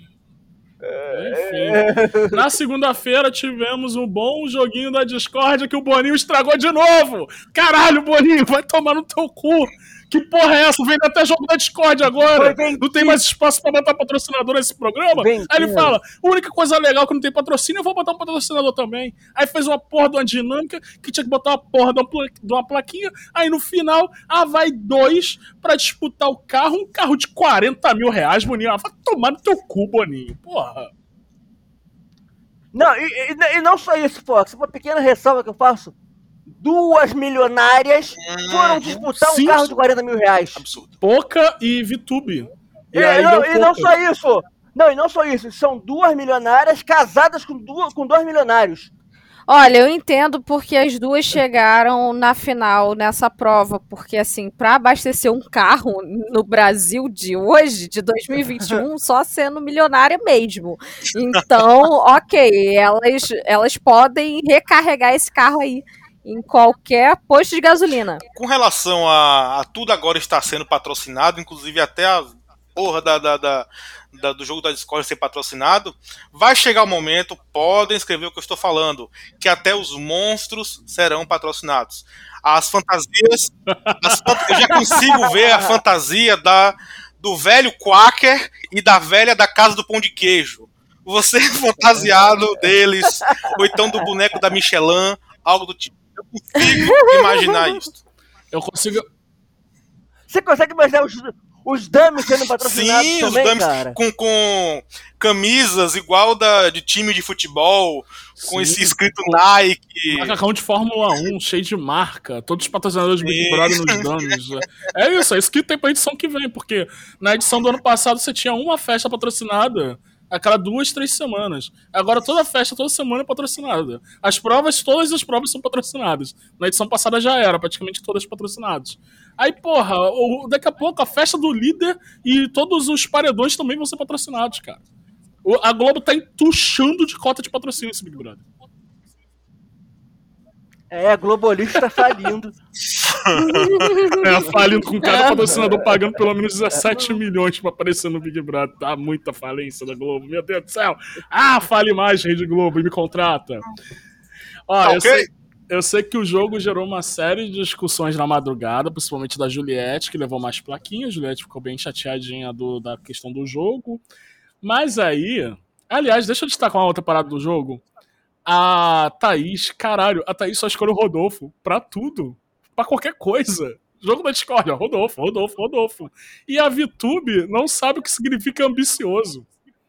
Enfim. Na segunda-feira tivemos um bom joguinho da Discord que o Boninho estragou de novo. Caralho, Boninho, vai tomar no teu cu. Que porra é essa? Vem até jogo da Discord agora. Não tem mais espaço pra botar patrocinador nesse programa? Aí ele fala, a única coisa legal que não tem patrocínio, eu vou botar um patrocinador também. Aí fez uma porra de uma dinâmica que tinha que botar uma porra de uma plaquinha. Aí no final, vai 2 pra disputar o carro. Um carro de 40 mil reais, Boninho. Vai tomar no teu cu, Boninho. Porra. Não, e não só isso, pô. Essa é uma pequena ressalva que eu faço. 2 milionárias foram disputar um carro de 40 mil reais. Absurdo. Poca e VTube. E não só isso. Não, e não só isso. São 2 milionárias casadas com 2 milionários. Olha, eu entendo porque as duas chegaram na final nessa prova, porque assim, para abastecer um carro no Brasil de hoje, de 2021, só sendo milionária mesmo. Então, ok, elas podem recarregar esse carro aí em qualquer posto de gasolina. Com relação a tudo agora estar sendo patrocinado, inclusive até a porra do jogo da Discord ser patrocinado, vai chegar o momento, podem escrever o que eu estou falando, que até os monstros serão patrocinados. As fantasias, eu já consigo ver a fantasia do velho Quaker e da velha da Casa do Pão de Queijo. Você fantasiado deles, ou então do boneco da Michelin, algo do tipo. Eu consigo imaginar isso. Eu consigo. Você consegue imaginar os dummies sendo patrocinados? Sim, também, os dummies cara? com camisas igual de time de futebol, com esse escrito Nike. Macacão de Fórmula 1, cheio de marca, todos os patrocinadores de Big Brother nos dummies. É isso que tem pra edição que vem, porque na edição do ano passado você tinha uma festa patrocinada a cada 2, 3 semanas. Agora toda festa, toda semana é patrocinada. Todas as provas são patrocinadas. Na edição passada já era, praticamente todas patrocinadas. Aí, porra, daqui a pouco a festa do líder e todos os paredões também vão ser patrocinados, cara. A Globo tá entuchando de cota de patrocínio esse Big Brother. A Globolista tá falindo. Falindo com cada patrocinador pagando pelo menos 17 milhões pra aparecer no Big Brother. Tá muita falência da Globo. Meu Deus do céu. Fale mais, Rede Globo, e me contrata. Ó, eu sei que o jogo gerou uma série de discussões na madrugada, principalmente da Juliette, que levou mais plaquinhas. A Juliette ficou bem chateadinha da questão do jogo. Mas aí... Aliás, deixa eu destacar uma outra parada do jogo. A Thaís só escolhe o Rodolfo pra tudo. Pra qualquer coisa. Jogo da Discord, Rodolfo. E a VTube não sabe o que significa ambicioso.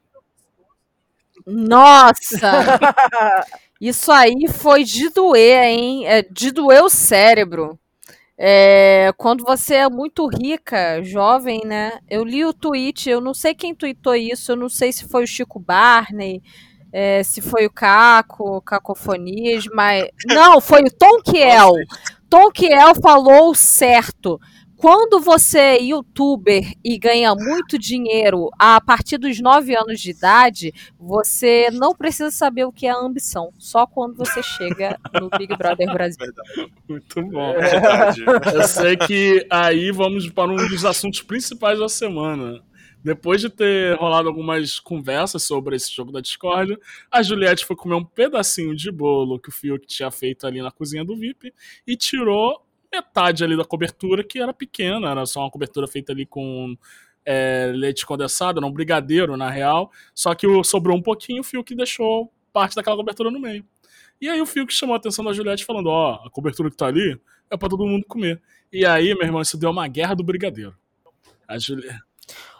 Nossa! Isso aí foi de doer, hein? De doer o cérebro. Quando você é muito rica, jovem, né? Eu li o tweet, eu não sei quem tweetou isso, eu não sei se foi o Chico Barney, se foi o Cacofonias, mas... Não, foi o Tom Kiel. Tom Kiel falou certo. Quando você é youtuber e ganha muito dinheiro a partir dos 9 anos de idade, você não precisa saber o que é ambição. Só quando você chega no Big Brother Brasil. Verdade. Muito bom. Verdade. Eu sei que aí vamos para um dos assuntos principais da semana. Depois de ter rolado algumas conversas sobre esse jogo da Discord, a Juliette foi comer um pedacinho de bolo que o Fiuk tinha feito ali na cozinha do VIP e tirou metade ali da cobertura, que era pequena, era só uma cobertura feita ali com leite condensado, não brigadeiro, na real, só que sobrou um pouquinho, o Fiuk deixou parte daquela cobertura no meio. E aí o Fiuk chamou a atenção da Juliette falando, a cobertura que tá ali é pra todo mundo comer. E aí, meu irmão, isso deu uma guerra do brigadeiro. A Juliette...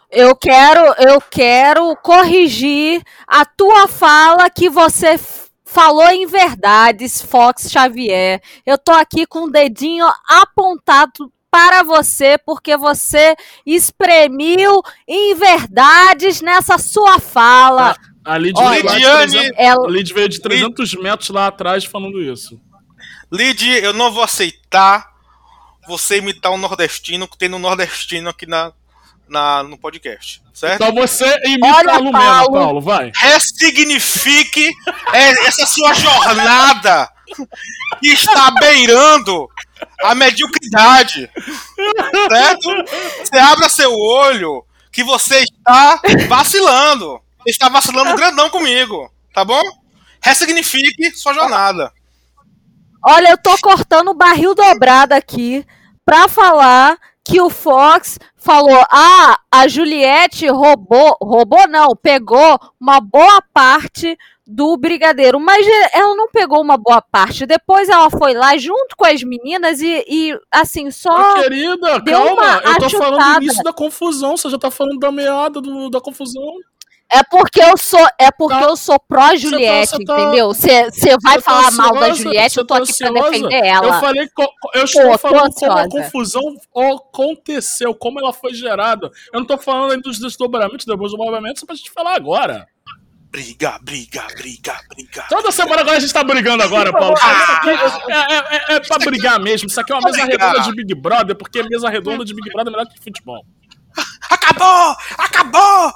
Eu quero corrigir a tua fala que você falou em verdades, Fox Xavier. Eu tô aqui com o dedinho apontado para você, porque você espremiu em verdades nessa sua fala. A Lid veio de 300 metros lá atrás falando isso. Lid, eu não vou aceitar você imitar um nordestino que tem no nordestino aqui no podcast, certo? Então você imita a Lumena, Paulo, vai. Ressignifique essa sua jornada que está beirando a mediocridade, certo? Você abra seu olho que você está vacilando. Você está vacilando grandão comigo, tá bom? Ressignifique sua jornada. Olha, eu tô cortando o barril dobrado aqui pra falar que o Fox falou, a Juliette pegou uma boa parte do brigadeiro, mas ela não pegou uma boa parte. Depois ela foi lá junto com as meninas e assim, só querida, deu calma, uma eu tô achutada. falando do início da confusão, você já tá falando da meada da confusão. É porque eu sou pró-Juliette, entendeu? Você vai falar mal da Juliette, eu tô aqui pra defender ela. Eu falei, eu estou falando como a confusão aconteceu, como ela foi gerada. Eu não tô falando ainda dos desdobramentos, depois do movimento, só pra gente falar agora. Briga. Toda semana agora a gente tá brigando agora, Paulo. É pra brigar mesmo. Isso aqui é uma mesa redonda de Big Brother, porque mesa redonda de Big Brother é melhor que futebol. Acabou!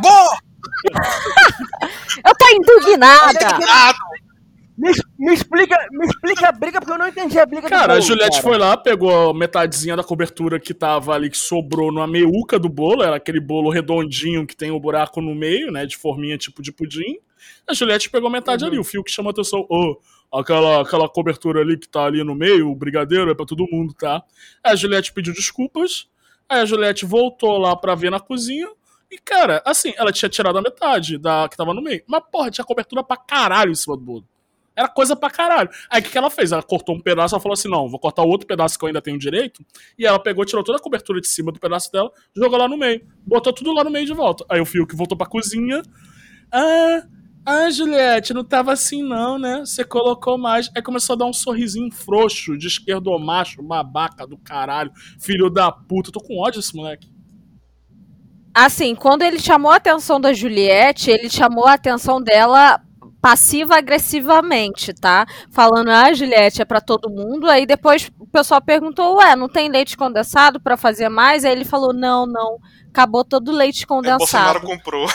Eu tô indignada! Me explica a briga, porque eu não entendi a briga. Cara, a Juliette foi lá, pegou metadezinha da cobertura que tava ali, que sobrou numa meiuca do bolo, era aquele bolo redondinho que tem o buraco no meio, né, de forminha tipo de pudim. A Juliette pegou metade ali, o fio que chamou a atenção, aquela cobertura ali que tá ali no meio, o brigadeiro, é pra todo mundo, tá? Aí a Juliette pediu desculpas, aí a Juliette voltou lá pra ver na cozinha, e cara, assim, ela tinha tirado a metade da que tava no meio, mas porra, tinha cobertura pra caralho em cima do bolo. Era coisa pra caralho. Aí o que ela fez? Ela cortou um pedaço, ela falou assim, não, vou cortar o outro pedaço que eu ainda tenho direito. E ela pegou, tirou toda a cobertura de cima do pedaço dela, jogou lá no meio. Botou tudo lá no meio de volta. Aí o Fiuk voltou pra cozinha. Juliette, não tava assim não, né? Você colocou mais. Aí começou a dar um sorrisinho frouxo, de esquerdomacho, babaca do caralho, filho da puta. Eu tô com ódio desse moleque. Assim, quando ele chamou a atenção da Juliette, ele chamou a atenção dela passiva-agressivamente, tá? Falando, Juliette, é pra todo mundo. Aí depois o pessoal perguntou, não tem leite condensado pra fazer mais? Aí ele falou, não, acabou todo o leite condensado. Bolsonaro comprou.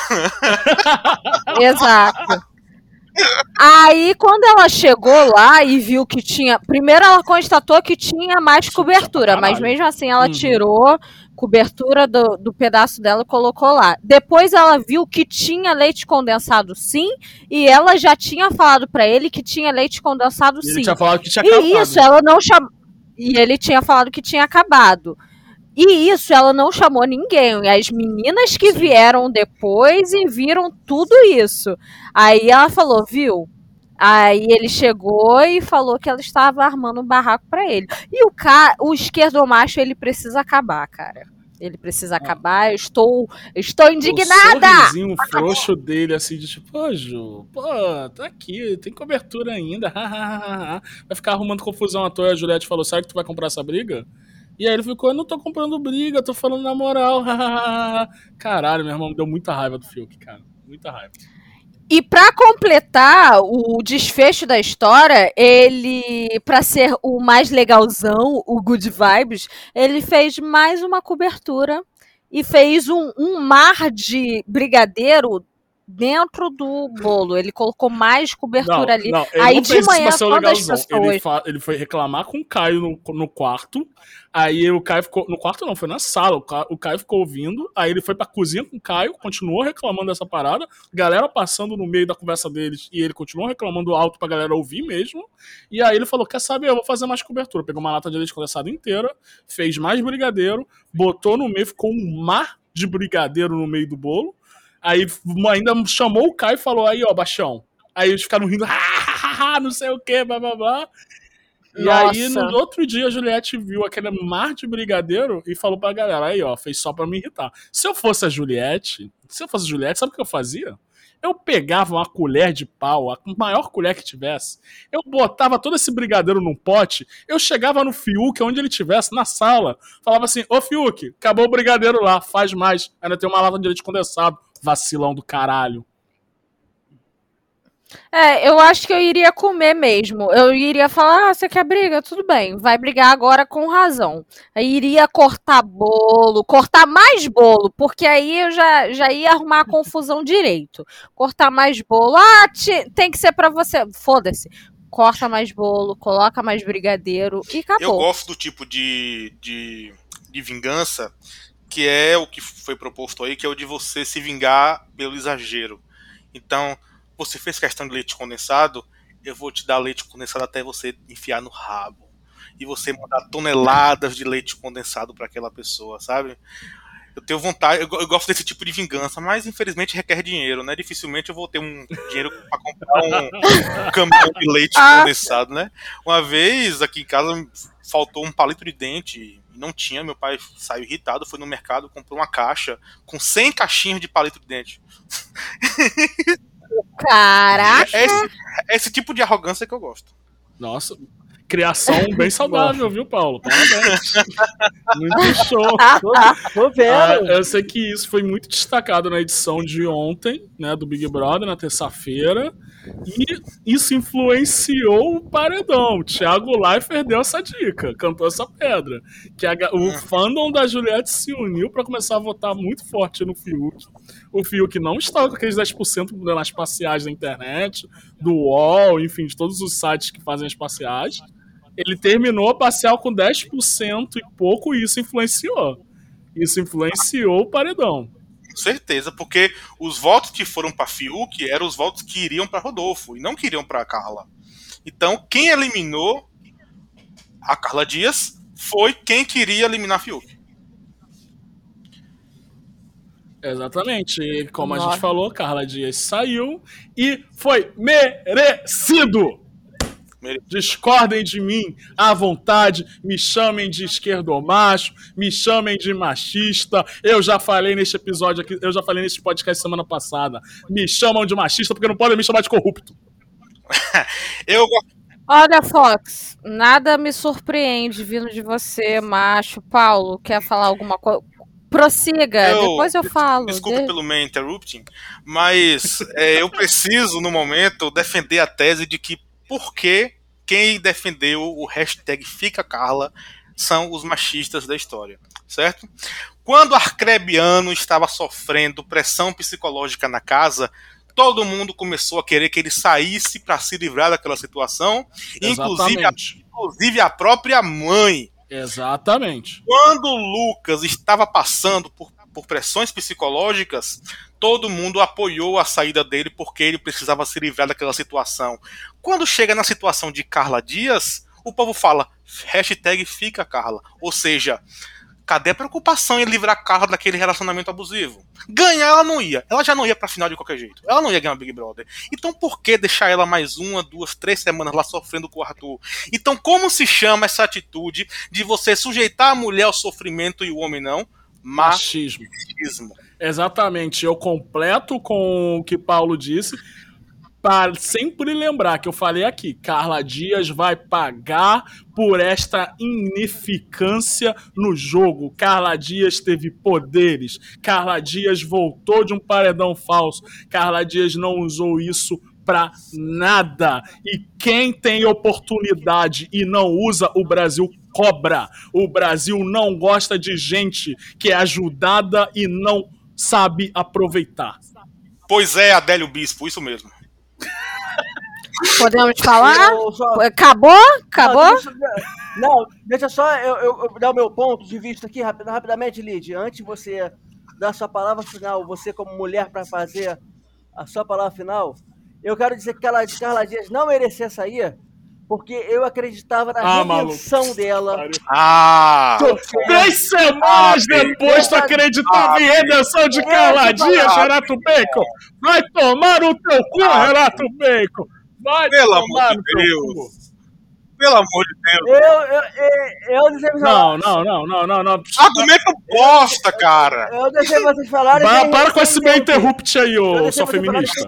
Exato. Aí, quando ela chegou lá e viu que tinha... Primeiro ela constatou que tinha mais cobertura, mas mesmo assim ela tirou cobertura do pedaço dela e colocou lá. Depois ela viu que tinha leite condensado sim, e ela já tinha falado pra ele que tinha leite condensado sim. Ele tinha falado que tinha acabado. E isso, ela não chamou... E ele tinha falado que tinha acabado. E isso, ela não chamou ninguém. As meninas que vieram depois e viram tudo isso. Aí ela falou, viu? Aí ele chegou e falou que ela estava armando um barraco pra ele. E o esquerdomacho, ele precisa acabar, cara. Ele precisa acabar. Eu estou indignada! O sorrisinho frouxo dele, assim, de tipo, Ju, tá aqui, tem cobertura ainda. Vai ficar arrumando confusão à toa. A Juliette falou, sabe que tu vai comprar essa briga? E aí ele ficou, eu não tô comprando briga, tô falando na moral. Caralho, meu irmão, me deu muita raiva do Fiuk, cara. Muita raiva. E pra completar o desfecho da história, ele, pra ser o mais legalzão, o good vibes, ele fez mais uma cobertura e fez um mar de brigadeiro dentro do bolo. Ele colocou mais cobertura ali. Aí de manhã, quando as pessoas... Ele foi reclamar com o Caio no quarto. Aí o Caio ficou... No quarto não, foi na sala. O Caio ficou ouvindo. Aí ele foi pra cozinha com o Caio, continuou reclamando dessa parada. Galera passando no meio da conversa deles. E ele continuou reclamando alto pra galera ouvir mesmo. E aí ele falou, quer saber, eu vou fazer mais cobertura. Pegou uma lata de leite condensado inteira, fez mais brigadeiro, botou no meio, ficou um mar de brigadeiro no meio do bolo. Aí ainda chamou o Caio e falou, aí, ó, baixão. Aí eles ficaram rindo, não sei o que, blá, blá, blá. E aí, no outro dia, a Juliette viu aquele mar de brigadeiro e falou pra galera, aí ó, fez só pra me irritar. Se eu fosse a Juliette, sabe o que eu fazia? Eu pegava uma colher de pau, a maior colher que tivesse, eu botava todo esse brigadeiro num pote, eu chegava no Fiuk, onde ele estivesse, na sala, falava assim, ô Fiuk, acabou o brigadeiro lá, faz mais, ainda tem uma lata de leite condensado, vacilão do caralho. Eu acho que eu iria comer mesmo. Eu iria falar, você quer briga? Tudo bem, vai brigar agora com razão. Eu iria cortar bolo, cortar mais bolo, porque aí eu já ia arrumar a confusão direito. Cortar mais bolo, tem que ser pra você. Foda-se. Corta mais bolo, coloca mais brigadeiro e acabou. Eu gosto do tipo de vingança, que é o que foi proposto aí, que é o de você se vingar pelo exagero. Então, você fez questão de leite condensado, eu vou te dar leite condensado até você enfiar no rabo. E você mandar toneladas de leite condensado para aquela pessoa, sabe? Eu tenho vontade, eu gosto desse tipo de vingança, mas infelizmente requer dinheiro, né? Dificilmente eu vou ter um dinheiro para comprar um caminhão de leite condensado, né? Uma vez aqui em casa faltou um palito de dente, não tinha, meu pai saiu irritado, foi no mercado, comprou uma caixa com 100 caixinhas de palito de dente. Caraca! Esse tipo de arrogância que eu gosto. Nossa, criação bem saudável, viu, Paulo? Parabéns. Muito show. Tô vendo. Eu sei que isso foi muito destacado na edição de ontem, né, do Big Brother, na terça-feira. E isso influenciou o paredão. O Thiago Leifert deu essa dica, cantou essa pedra. Que o fandom da Juliette se uniu para começar a votar muito forte no Fiuk. O Fiuk não estava com aqueles 10% nas parciais da internet, do UOL, enfim, de todos os sites que fazem as parciais. Ele terminou a parcial com 10% e pouco, e isso influenciou. Isso influenciou o paredão. Com certeza, porque os votos que foram para Fiuk eram os votos que iriam para Rodolfo e não que iriam para Carla. Então, quem eliminou a Carla Dias foi quem queria eliminar Fiuk. Exatamente. E como a gente falou, Carla Dias saiu e foi merecido. Discordem de mim à vontade, me chamem de esquerdomacho, me chamem de machista. Eu já falei neste episódio aqui, eu já falei neste podcast semana passada. Me chamam de machista porque não podem me chamar de corrupto. Olha, Fox, nada me surpreende vindo de você, macho. Paulo, quer falar alguma coisa? Prossiga, depois eu falo. Desculpa pelo meu interrupting, mas eu preciso, no momento, defender a tese de que porque quem defendeu o hashtag Fica Carla são os machistas da história, certo? Quando Arcrebiano estava sofrendo pressão psicológica na casa, todo mundo começou a querer que ele saísse para se livrar daquela situação, inclusive a própria mãe. Exatamente. Quando o Lucas estava passando por pressões psicológicas, todo mundo apoiou a saída dele porque ele precisava se livrar daquela situação. Quando chega na situação de Carla Dias, o povo fala, hashtag Fica Carla. Ou seja, cadê a preocupação em livrar Carla daquele relacionamento abusivo? Ganhar ela não ia. Ela já não ia pra final de qualquer jeito. Ela não ia ganhar o Big Brother. Então por que deixar ela mais 1, 2, 3 semanas lá sofrendo com o Arthur? Então como se chama essa atitude de você sujeitar a mulher ao sofrimento e o homem não? Machismo. Exatamente. Eu completo com o que Paulo disse, para sempre lembrar que eu falei aqui, Carla Dias vai pagar por esta ineficância no jogo. Carla Dias teve poderes, Carla Dias voltou de um paredão falso, Carla Dias não usou isso pra nada. E quem tem oportunidade e não usa, o Brasil cobra. O Brasil não gosta de gente que é ajudada e não sabe aproveitar. Pois é, Adélio Bispo, isso mesmo. Podemos falar? Acabou? Não, deixa só eu dar o meu ponto de vista aqui rapidamente, Lid. Antes de você dar sua palavra final, você como mulher para fazer a sua palavra final, eu quero dizer que Carla Dias não merecia sair, porque eu acreditava na redenção dela. 3 semanas depois tu acreditava em redenção de Carla Dias, Renato Bacon? Vai tomar o teu cu, Renato Bacon! Vai Pelo tomar amor de Deus! Pelo amor de Deus. Eu deixei vocês falar. Não. Argumento bosta, cara. Eu deixei vocês falarem. Para com esse meio interrupt aí, ô sua feminista.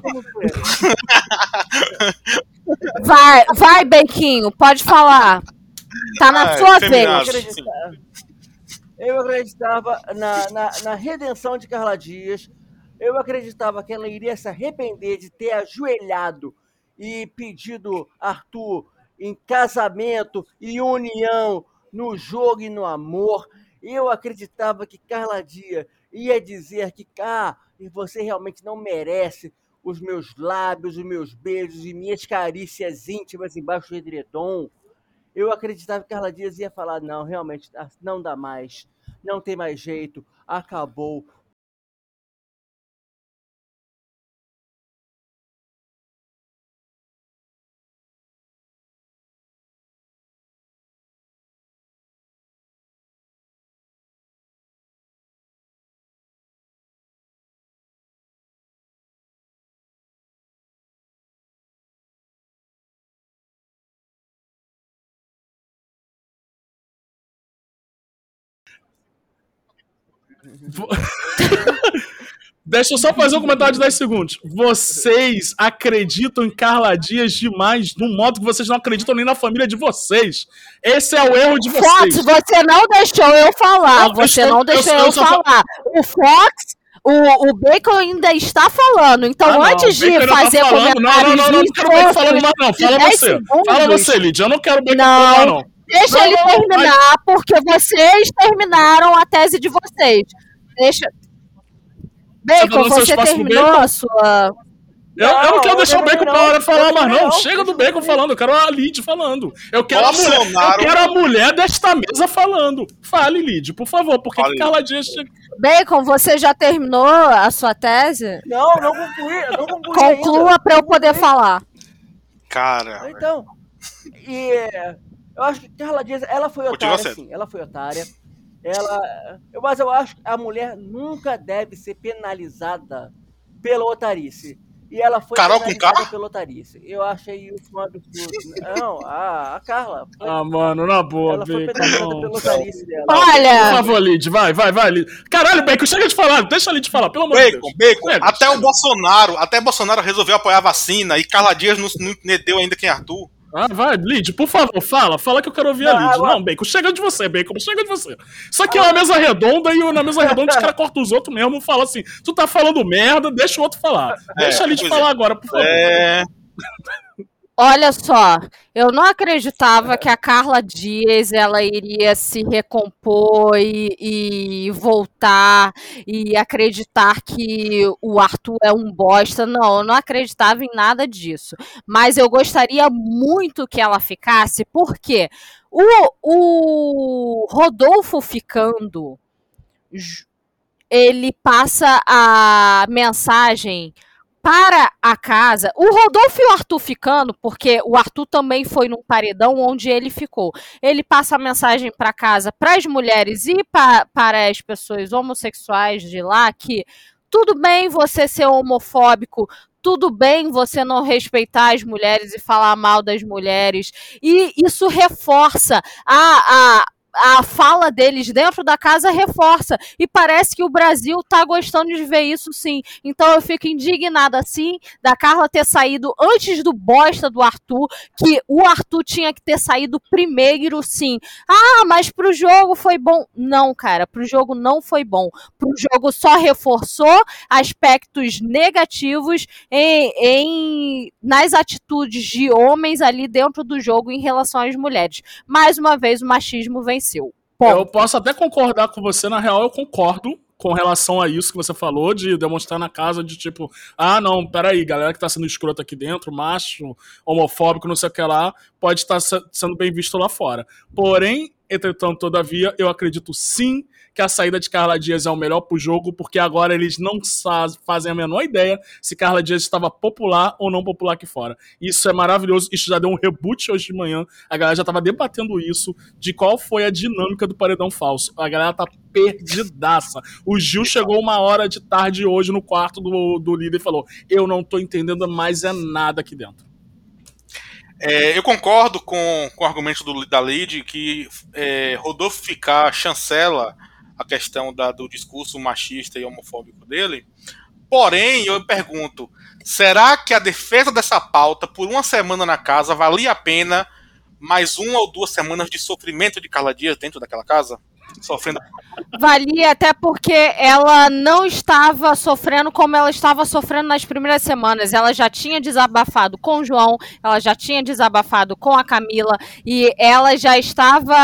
Vai, Bequinho, pode falar. Tá na sua vez. Eu acreditava na redenção de Carla Dias. Eu acreditava que ela iria se arrepender de ter ajoelhado e pedido Arthur em casamento e união no jogo e no amor. Eu acreditava que Carla Dias ia dizer que você realmente não merece os meus lábios, os meus beijos e minhas carícias íntimas embaixo do edredom. Eu acreditava que Carla Dias ia falar, não, realmente, não dá mais, não tem mais jeito, acabou. Deixa eu só fazer um comentário de 10 segundos. Vocês acreditam em Carla Dias demais, num modo que vocês não acreditam nem na família de vocês. Esse é o erro de vocês. Fox, você não deixou eu falar. O Fox... O Bacon ainda está falando, então antes de fazer comentários não quero o Bacon falando mais, não. Fala você, Lídia. Eu não quero o Bacon falar, não. Deixa ele terminar, porque vocês terminaram a tese de vocês. Deixa... Bacon, você terminou a sua... Eu não quero deixar o Bacon para falar mais, não. Chega do Bacon falando, eu quero a Lid falando. Eu quero a mulher desta mesa falando. Fale, Lid, por favor, porque Carla Dias... Bacon, você já terminou a sua tese? Não concluí. Conclua para eu poder falar. Cara... Então, eu acho que Carla Dias, ela foi otária, sim. Ela foi otária. Mas eu acho que a mulher nunca deve ser penalizada pela otarice. E ela foi penalizada pela otarice. Eu achei isso um absurdo. Não, a Carla. Mano, na boa, ela foi penalizada pela otarice dela. Olha! Por favor, Lid, vai, Lid. Caralho, Bacon, chega de falar, deixa a Lid falar, pelo amor de Deus. Bacon, até Bolsonaro resolveu apoiar a vacina e Carla Dias não entendeu ainda quem é Arthur. Vai, Lid, por favor, fala que eu quero ouvir a Lid. Não, Bacon, chega de você. Isso aqui é uma mesa redonda e na mesa redonda os caras cortam os outros mesmo e falam assim, tu tá falando merda, deixa o outro falar. Deixa a Lid falar agora, por favor. Olha só, eu não acreditava que a Carla Dias ela iria se recompor e voltar e acreditar que o Arthur é um bosta. Não, eu não acreditava em nada disso. Mas eu gostaria muito que ela ficasse, porque o Rodolfo ficando, ele passa a mensagem para a casa, o Rodolfo e o Arthur ficando, porque o Arthur também foi num paredão onde ele ficou. Ele passa a mensagem para casa, para as mulheres e para as pessoas homossexuais de lá, que tudo bem você ser homofóbico, tudo bem você não respeitar as mulheres e falar mal das mulheres. E isso reforça a fala deles dentro da casa, reforça. E parece que o Brasil tá gostando de ver isso, sim. Então eu fico indignada, sim, da Carla ter saído antes do bosta do Arthur, que o Arthur tinha que ter saído primeiro, sim. Mas pro jogo foi bom. Não, cara, pro jogo não foi bom. Pro jogo só reforçou aspectos negativos nas atitudes de homens ali dentro do jogo em relação às mulheres. Mais uma vez, o machismo venceu. Eu posso até concordar com você, na real eu concordo com relação a isso que você falou, de demonstrar na casa de tipo, não, peraí, galera que tá sendo escrota aqui dentro, macho, homofóbico, não sei o que lá, pode estar sendo bem visto lá fora. Porém, entretanto, todavia, eu acredito sim que a saída de Carla Dias é o melhor pro jogo, porque agora eles não fazem a menor ideia se Carla Dias estava popular ou não popular aqui fora. Isso é maravilhoso, isso já deu um reboot hoje de manhã, a galera já tava debatendo isso, de qual foi a dinâmica do paredão falso. A galera tá perdidaça. O Gil chegou 1h de tarde hoje no quarto do líder e falou, eu não tô entendendo mais nada aqui dentro. Eu concordo com o argumento da Lid que Rodolfo Ficar chancela a questão do discurso machista e homofóbico dele. Porém, eu pergunto, será que a defesa dessa pauta por uma semana na casa valia a pena mais 1 ou 2 semanas de sofrimento de Carla Dias dentro daquela casa? Sofrendo. Valia até porque ela não estava sofrendo como ela estava sofrendo nas primeiras semanas. Ela já tinha desabafado com o João, ela já tinha desabafado com a Camila e ela já estava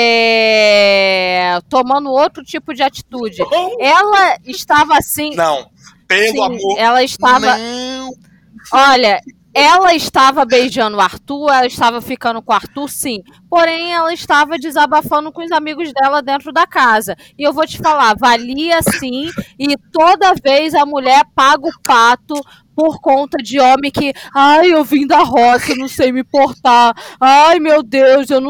tomando outro tipo de atitude. Ela estava assim... Não, pelo sim, amor... ela estava... Não. Olha... Ela estava beijando o Arthur, ela estava ficando com o Arthur, sim. Porém, ela estava desabafando com os amigos dela dentro da casa. E eu vou te falar, valia sim, e toda vez a mulher paga o pato por conta de homem que, ai, eu vim da roça, eu não sei me portar. Ai, meu Deus, eu não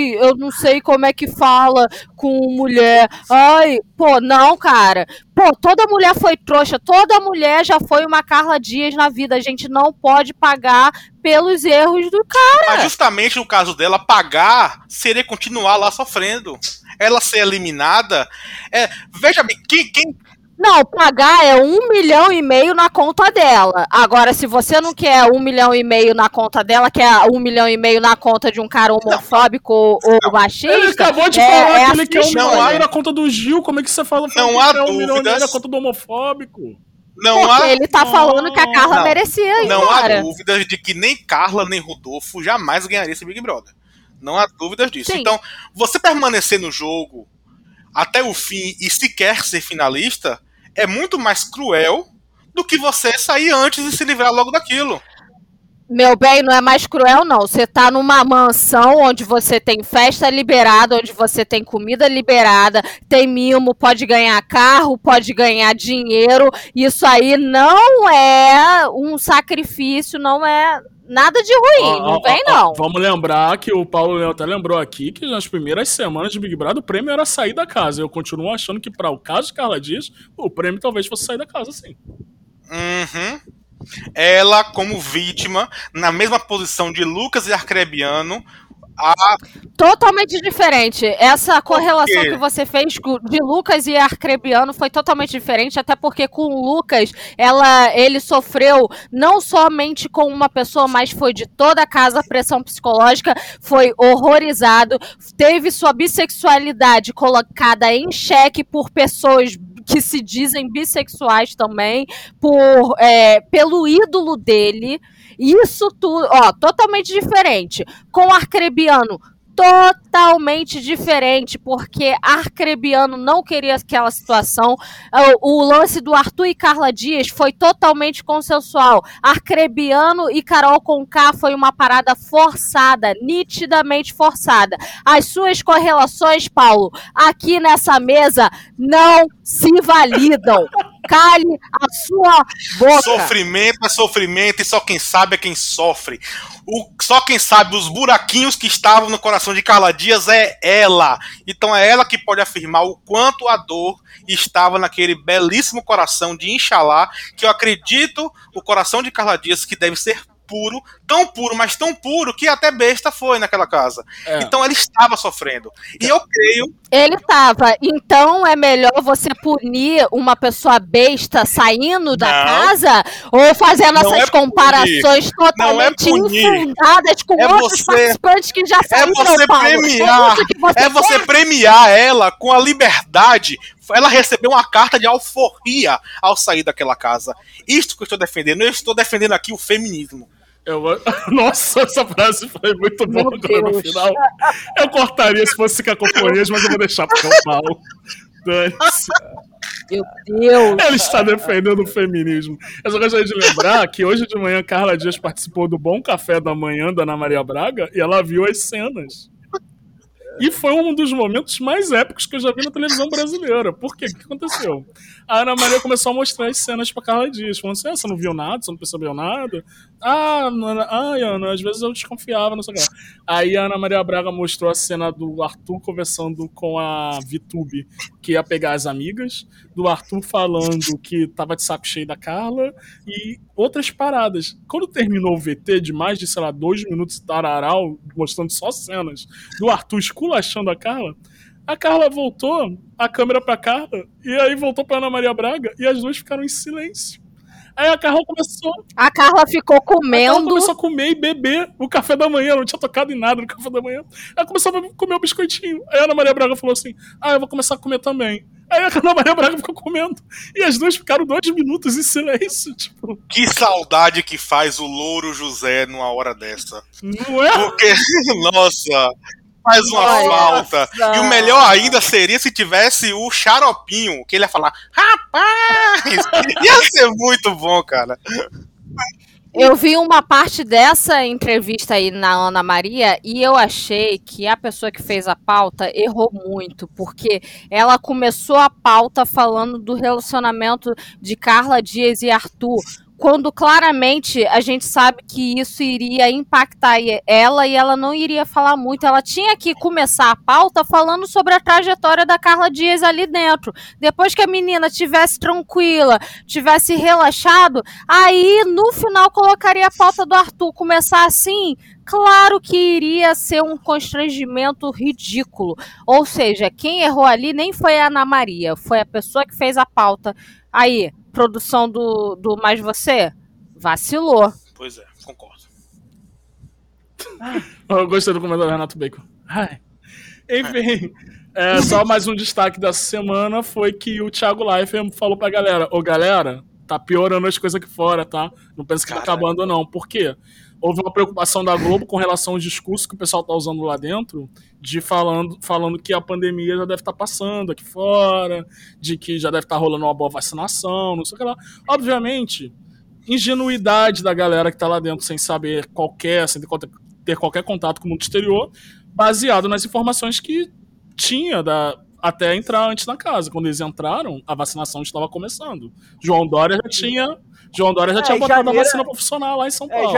sei como é que fala com mulher. Ai, pô, não, cara. Pô, toda mulher foi trouxa, toda mulher já foi uma Carla Dias na vida. A gente não pode pagar pelos erros do cara. Mas justamente no caso dela, pagar seria continuar lá sofrendo. Ela ser eliminada. Veja bem, quem Não, pagar é 1,5 milhão na conta dela. Agora, se você não quer 1,5 milhão na conta dela, quer 1,5 milhão na conta de um cara homofóbico ou machista... Ele acabou de falar que ele quer 1 não milhão há- na conta do Gil. Como é que você fala Não há que quer 1 milhão dúvidas. na conta do homofóbico? não Porque há, ele tá falando que a Carla Não. merecia ir não há embora. dúvidas de que nem Carla nem Rodolfo jamais ganharia esse Big Brother. Não há dúvidas disso. Sim. Então, você permanecer no jogo até o fim e sequer ser finalista é muito mais cruel do que você sair antes e se livrar logo daquilo. Meu bem, não é mais cruel, não. Você tá numa mansão onde você tem festa liberada, onde você tem comida liberada, tem mimo, pode ganhar carro, pode ganhar dinheiro. Isso aí não é um sacrifício, não é nada de ruim, não vem não. Vamos lembrar que o Paulo Leão até lembrou aqui que nas primeiras semanas de Big Brother o prêmio era sair da casa. Eu continuo achando que para o caso de Carla Dias, o prêmio talvez fosse sair da casa, sim. Uhum. Ela, como vítima, na mesma posição de Lucas e Arcrebiano, Totalmente diferente. Essa correlação quê? que você fez de Lucas e Arcrebiano foi totalmente diferente, até porque com o Lucas, ele sofreu não somente com uma pessoa, mas foi de toda a casa, pressão psicológica, foi horrorizado, teve sua bissexualidade colocada em xeque por pessoas que se dizem bissexuais também, pelo ídolo dele. Isso tudo, totalmente diferente. Com Arcrebiano, totalmente diferente, porque Arcrebiano não queria aquela situação. O lance do Arthur e Carla Dias foi totalmente consensual. Arcrebiano e Carol Conká foi uma parada forçada, nitidamente forçada. As suas correlações, Paulo, aqui nessa mesa não se validam. Cale a sua boca. Sofrimento é sofrimento e só quem sabe é quem sofre. Só quem sabe os buraquinhos que estavam no coração de Carla Dias é ela. Então é ela que pode afirmar o quanto a dor estava naquele belíssimo coração de Inxalá, que eu acredito o coração de Carla Dias que deve ser puro, tão puro, mas tão puro que até besta foi naquela casa. Então ele estava sofrendo. E eu creio... Ele estava. Então é melhor você punir uma pessoa besta saindo da casa ou fazendo essas comparações totalmente infundadas com outros participantes que já saíram, você premiar ela com a liberdade. Ela recebeu uma carta de alforria ao sair daquela casa. Isso que eu estou defendendo. Eu estou defendendo aqui o feminismo. Nossa, essa frase foi muito boa agora no final. Eu cortaria se fosse cacofonias, mas eu vou deixar pro Paulo. Dane-se. Meu Deus! Ele está defendendo o feminismo. Eu só gostaria de lembrar que hoje de manhã Carla Dias participou do Bom Café da Manhã da Ana Maria Braga e ela viu as cenas. E foi um dos momentos mais épicos que eu já vi na televisão brasileira. Por quê? O que aconteceu? A Ana Maria começou a mostrar as cenas pra Carla Dias, falando assim, você não viu nada? Você não percebeu nada? Ana, às vezes eu desconfiava, não sei o que lá. Aí a Ana Maria Braga mostrou a cena do Arthur conversando com a VTube, que ia pegar as amigas, do Arthur falando que tava de saco cheio da Carla, e outras paradas. Quando terminou o VT de mais de, 2 minutos de tararau, mostrando só cenas do Arthur esculachando a Carla voltou a câmera pra Carla, e aí voltou pra Ana Maria Braga, e as duas ficaram em silêncio. Aí a Carla começou... A Carla ficou comendo... Ela começou a comer e beber o café da manhã, não tinha tocado em nada no café da manhã. Ela começou a comer o biscoitinho. Aí a Ana Maria Braga falou assim, eu vou começar a comer também. Aí a Ana Maria Braga ficou comendo. E as duas ficaram 2 minutos em silêncio, tipo... Que saudade que faz o Louro José numa hora dessa. Não é? Porque, nossa... Faz uma falta. E o melhor ainda seria se tivesse o Xaropinho, que ele ia falar, rapaz! Ia ser muito bom, cara. Eu vi uma parte dessa entrevista aí na Ana Maria e eu achei que a pessoa que fez a pauta errou muito, porque ela começou a pauta falando do relacionamento de Carla Dias e Arthur, quando claramente a gente sabe que isso iria impactar ela e ela não iria falar muito. Ela tinha que começar a pauta falando sobre a trajetória da Carla Dias ali dentro. Depois que a menina tivesse tranquila, tivesse relaxado, aí no final colocaria a pauta do Arthur. Começar assim, claro que iria ser um constrangimento ridículo. Ou seja, quem errou ali nem foi a Ana Maria, foi a pessoa que fez a pauta. Aí, produção do Mais Você, vacilou. Pois é, concordo. Eu gostei do comentário do Renato Bacon. Enfim, só mais um destaque dessa semana foi que o Thiago Leifert falou pra galera, galera, tá piorando as coisas aqui fora, tá? Não pensa que tá acabando não. Por quê? Houve uma preocupação da Globo com relação ao discurso que o pessoal tá usando lá dentro, de falando que a pandemia já deve estar passando aqui fora, de que já deve estar rolando uma boa vacinação, não sei o que lá. Obviamente, ingenuidade da galera que tá lá dentro sem saber sem ter qualquer contato com o mundo exterior, baseado nas informações que tinha até entrar antes na casa. Quando eles entraram, a vacinação estava começando. João Dória já tinha botado a vacina para funcionar lá em São Paulo.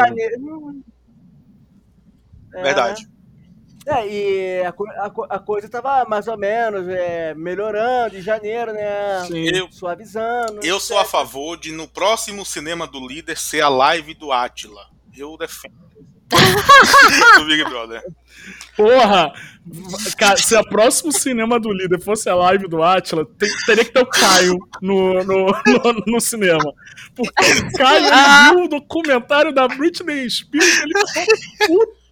Verdade. E a coisa tava mais ou menos melhorando em janeiro, né? Sim. Suavizando. Eu sou a favor de, no próximo Cinema do Líder, ser a live do Átila. Eu defendo. Do Big Brother. Porra! Cara, se o próximo Cinema do Líder fosse a live do Átila, teria que ter o Caio no cinema. Porque o Caio viu o documentário da Britney Spears e ele ficou puto.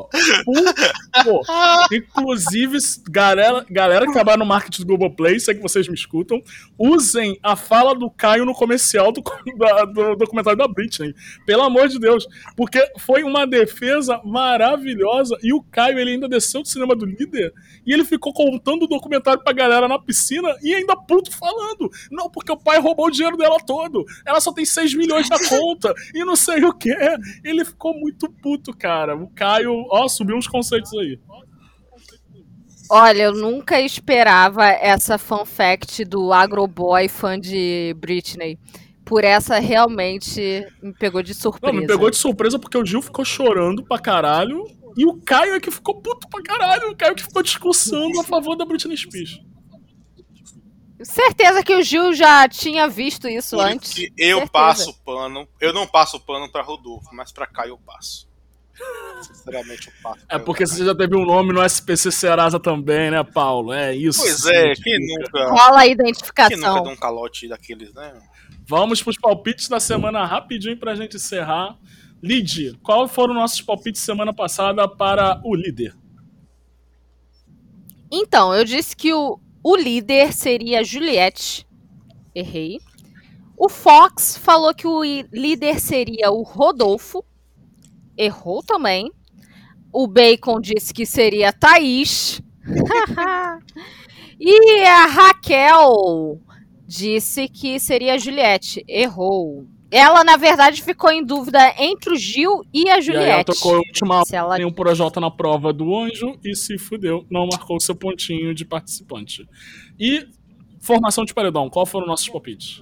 Inclusive, galera que trabalha no marketing do Globoplay, sei que vocês me escutam, usem a fala do Caio no comercial do documentário da Britney. Pelo amor de Deus. Porque foi uma defesa maravilhosa. E o Caio, ele ainda desceu do Cinema do Líder e ele ficou contando o documentário pra galera na piscina e ainda puto falando. Não, porque o pai roubou o dinheiro dela todo. Ela só tem 6 milhões na conta e não sei o que. Ele ficou muito puto, cara. O Caio, subiu uns conceitos aí. Olha, eu nunca esperava essa fun fact do Agroboy fã de Britney. Por essa realmente me pegou de surpresa. Não, me pegou de surpresa porque o Gil ficou chorando pra caralho e o Caio é que ficou puto pra caralho. O Caio que ficou discussando a favor da Britney Spears. Certeza que o Gil já tinha visto isso Por antes. Que eu passo pano. Eu não passo pano pra Rodolfo, mas pra Caio eu passo. Sinceramente, eu passo. Porque você já teve um nome no SPC Serasa também, né, Paulo? É isso. Pois é, quem nunca. Rola a identificação. Quem nunca deu um calote daqueles, né? Vamos pros palpites da semana rapidinho pra gente encerrar. Lid, qual foram nossos palpites semana passada para o líder? Então, eu disse que o líder seria Juliette. Errei. O Fox falou que o líder seria o Rodolfo. Errou também. O Bacon disse que seria a Thaís. E a Raquel disse que seria a Juliette. Errou. Ela, na verdade, ficou em dúvida entre o Gil e a E aí ela Juliette. tocou a última Se ela... em um Projota na prova do anjo e se fudeu, não marcou seu pontinho de participante. E formação de paredão, qual foram nossos palpites?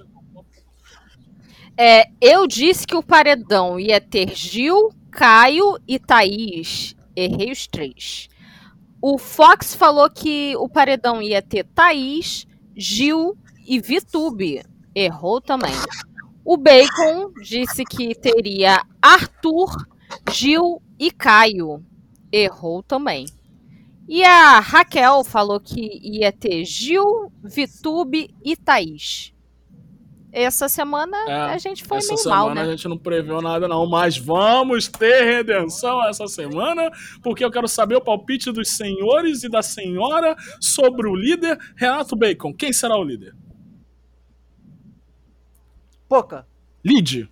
Eu disse que o paredão ia ter Gil, Caio e Thaís. Errei os 3. O Fox falou que o paredão ia ter Thaís, Gil e Vitube. Errou também. O Bacon disse que teria Arthur, Gil e Caio. Errou também. E a Raquel falou que ia ter Gil, Vitube e Thaís. Essa semana a gente foi meio mal, né? Essa semana a gente não previu nada não, mas vamos ter redenção essa semana, porque eu quero saber o palpite dos senhores e da senhora sobre o líder Renato Bacon. Quem será o líder? Poca. Lid.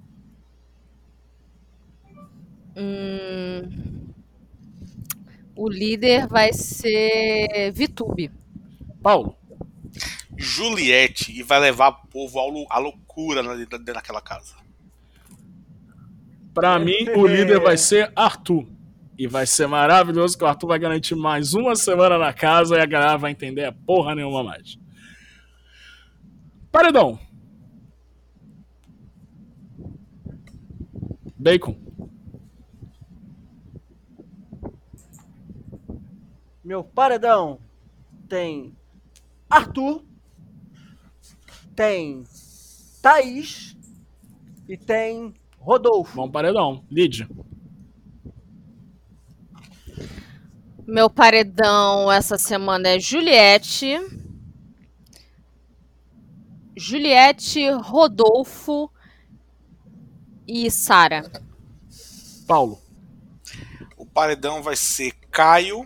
O líder vai ser Vitube. Paulo. Juliette, e vai levar o povo à loucura dentro daquela casa. Pra mim, o líder vai ser Arthur. E vai ser maravilhoso que o Arthur vai garantir mais uma semana na casa e a galera vai entender porra nenhuma mais. Paredão. Bacon. Meu paredão tem Arthur, tem Thaís e tem Rodolfo. Bom paredão. Lid. Meu paredão essa semana é Juliette, Rodolfo e Sara. Paulo. O paredão vai ser Caio,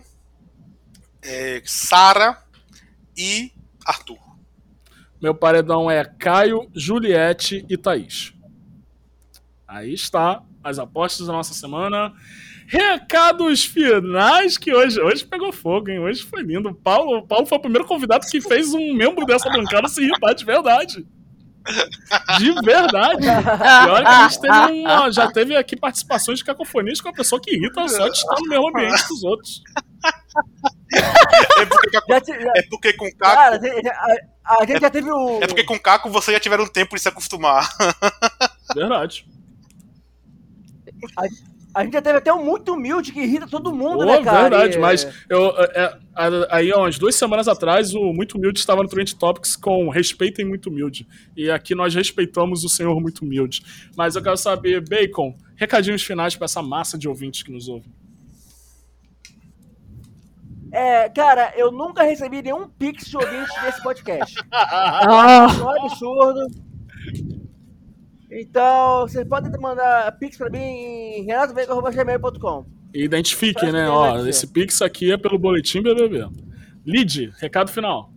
Sara e Arthur. Meu paredão é Caio, Juliette e Thaís. Aí está as apostas da nossa semana. Recados finais, que hoje pegou fogo, hein? Hoje foi lindo. O Paulo foi o primeiro convidado que fez um membro dessa bancada se irritar de verdade. De verdade. E olha que a gente já teve aqui participações de cacofonias com a pessoa que irrita só de estar no mesmo ambiente dos outros. É porque com o Caco... Cara, a gente já teve o... É porque com o Caco vocês já tiveram tempo de se acostumar. Verdade. A gente já teve até um muito humilde que irrita todo mundo, né, cara? Verdade, mas aí umas 2 semanas atrás o Muito Humilde estava no Trend Topics com Respeitem Muito Humilde. E aqui nós respeitamos o senhor Muito Humilde. Mas eu quero saber, Bacon, recadinhos finais para essa massa de ouvintes que nos ouvem. Cara, eu nunca recebi nenhum pix de ouvintes desse podcast. É um absurdo. Então, vocês podem mandar pix pra mim em renatobacon@gmail.com. Identifique, né? Ó, esse pix aqui é pelo Boletim BBB. Lid, recado final.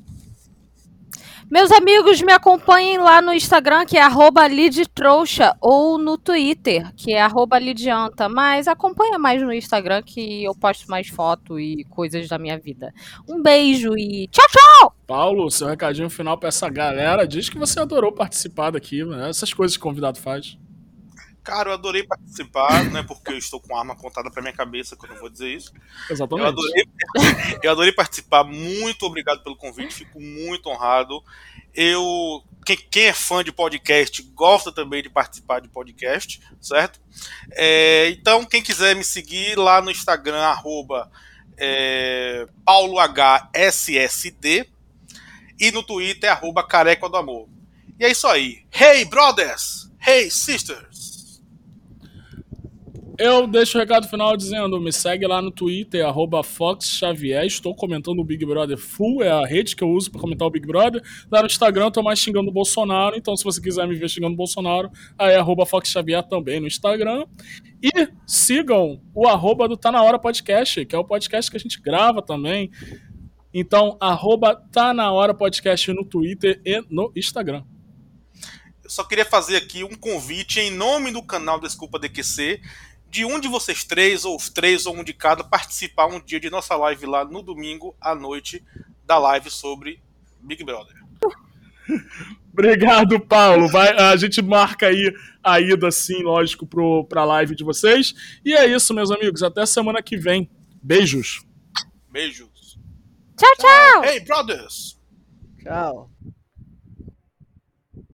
Meus amigos, me acompanhem lá no Instagram, que é @lidtrouxa, ou no Twitter, que é @lidianta. Mas acompanha mais no Instagram, que eu posto mais foto e coisas da minha vida. Um beijo e tchau, tchau! Paulo, seu recadinho final pra essa galera. Diz que você adorou participar daqui, né? Essas coisas que o convidado faz. Cara, eu adorei participar, não é porque eu estou com a arma apontada pra minha cabeça que eu não vou dizer isso. Exatamente. Eu adorei participar, muito obrigado pelo convite, fico muito honrado. Quem é fã de podcast gosta também de participar de podcast, certo? Então, quem quiser me seguir lá no Instagram, @PauloHSSD, e no Twitter, @Careca do Amor. E é isso aí. Hey, brothers! Hey, sisters! Eu deixo o recado final dizendo, me segue lá no Twitter, @FoxXavier, estou comentando o Big Brother Full, é a rede que eu uso para comentar o Big Brother. Lá no Instagram eu tô mais xingando o Bolsonaro, então se você quiser me ver xingando o Bolsonaro, aí é @FoxXavier também no Instagram. E sigam o do Tá Na Hora Podcast, que é o podcast que a gente grava também. Então, Tá Na Hora Podcast no Twitter e no Instagram. Eu só queria fazer aqui um convite em nome do canal Desculpa DQC, de um de vocês três, ou os três, ou um de cada, participar um dia de nossa live lá no domingo à noite, da live sobre Big Brother. Obrigado, Paulo. A gente marca aí a ida, sim, lógico, pra live de vocês. E é isso, meus amigos. Até semana que vem. Beijos. Beijos. Tchau, tchau. Hey, brothers. Tchau.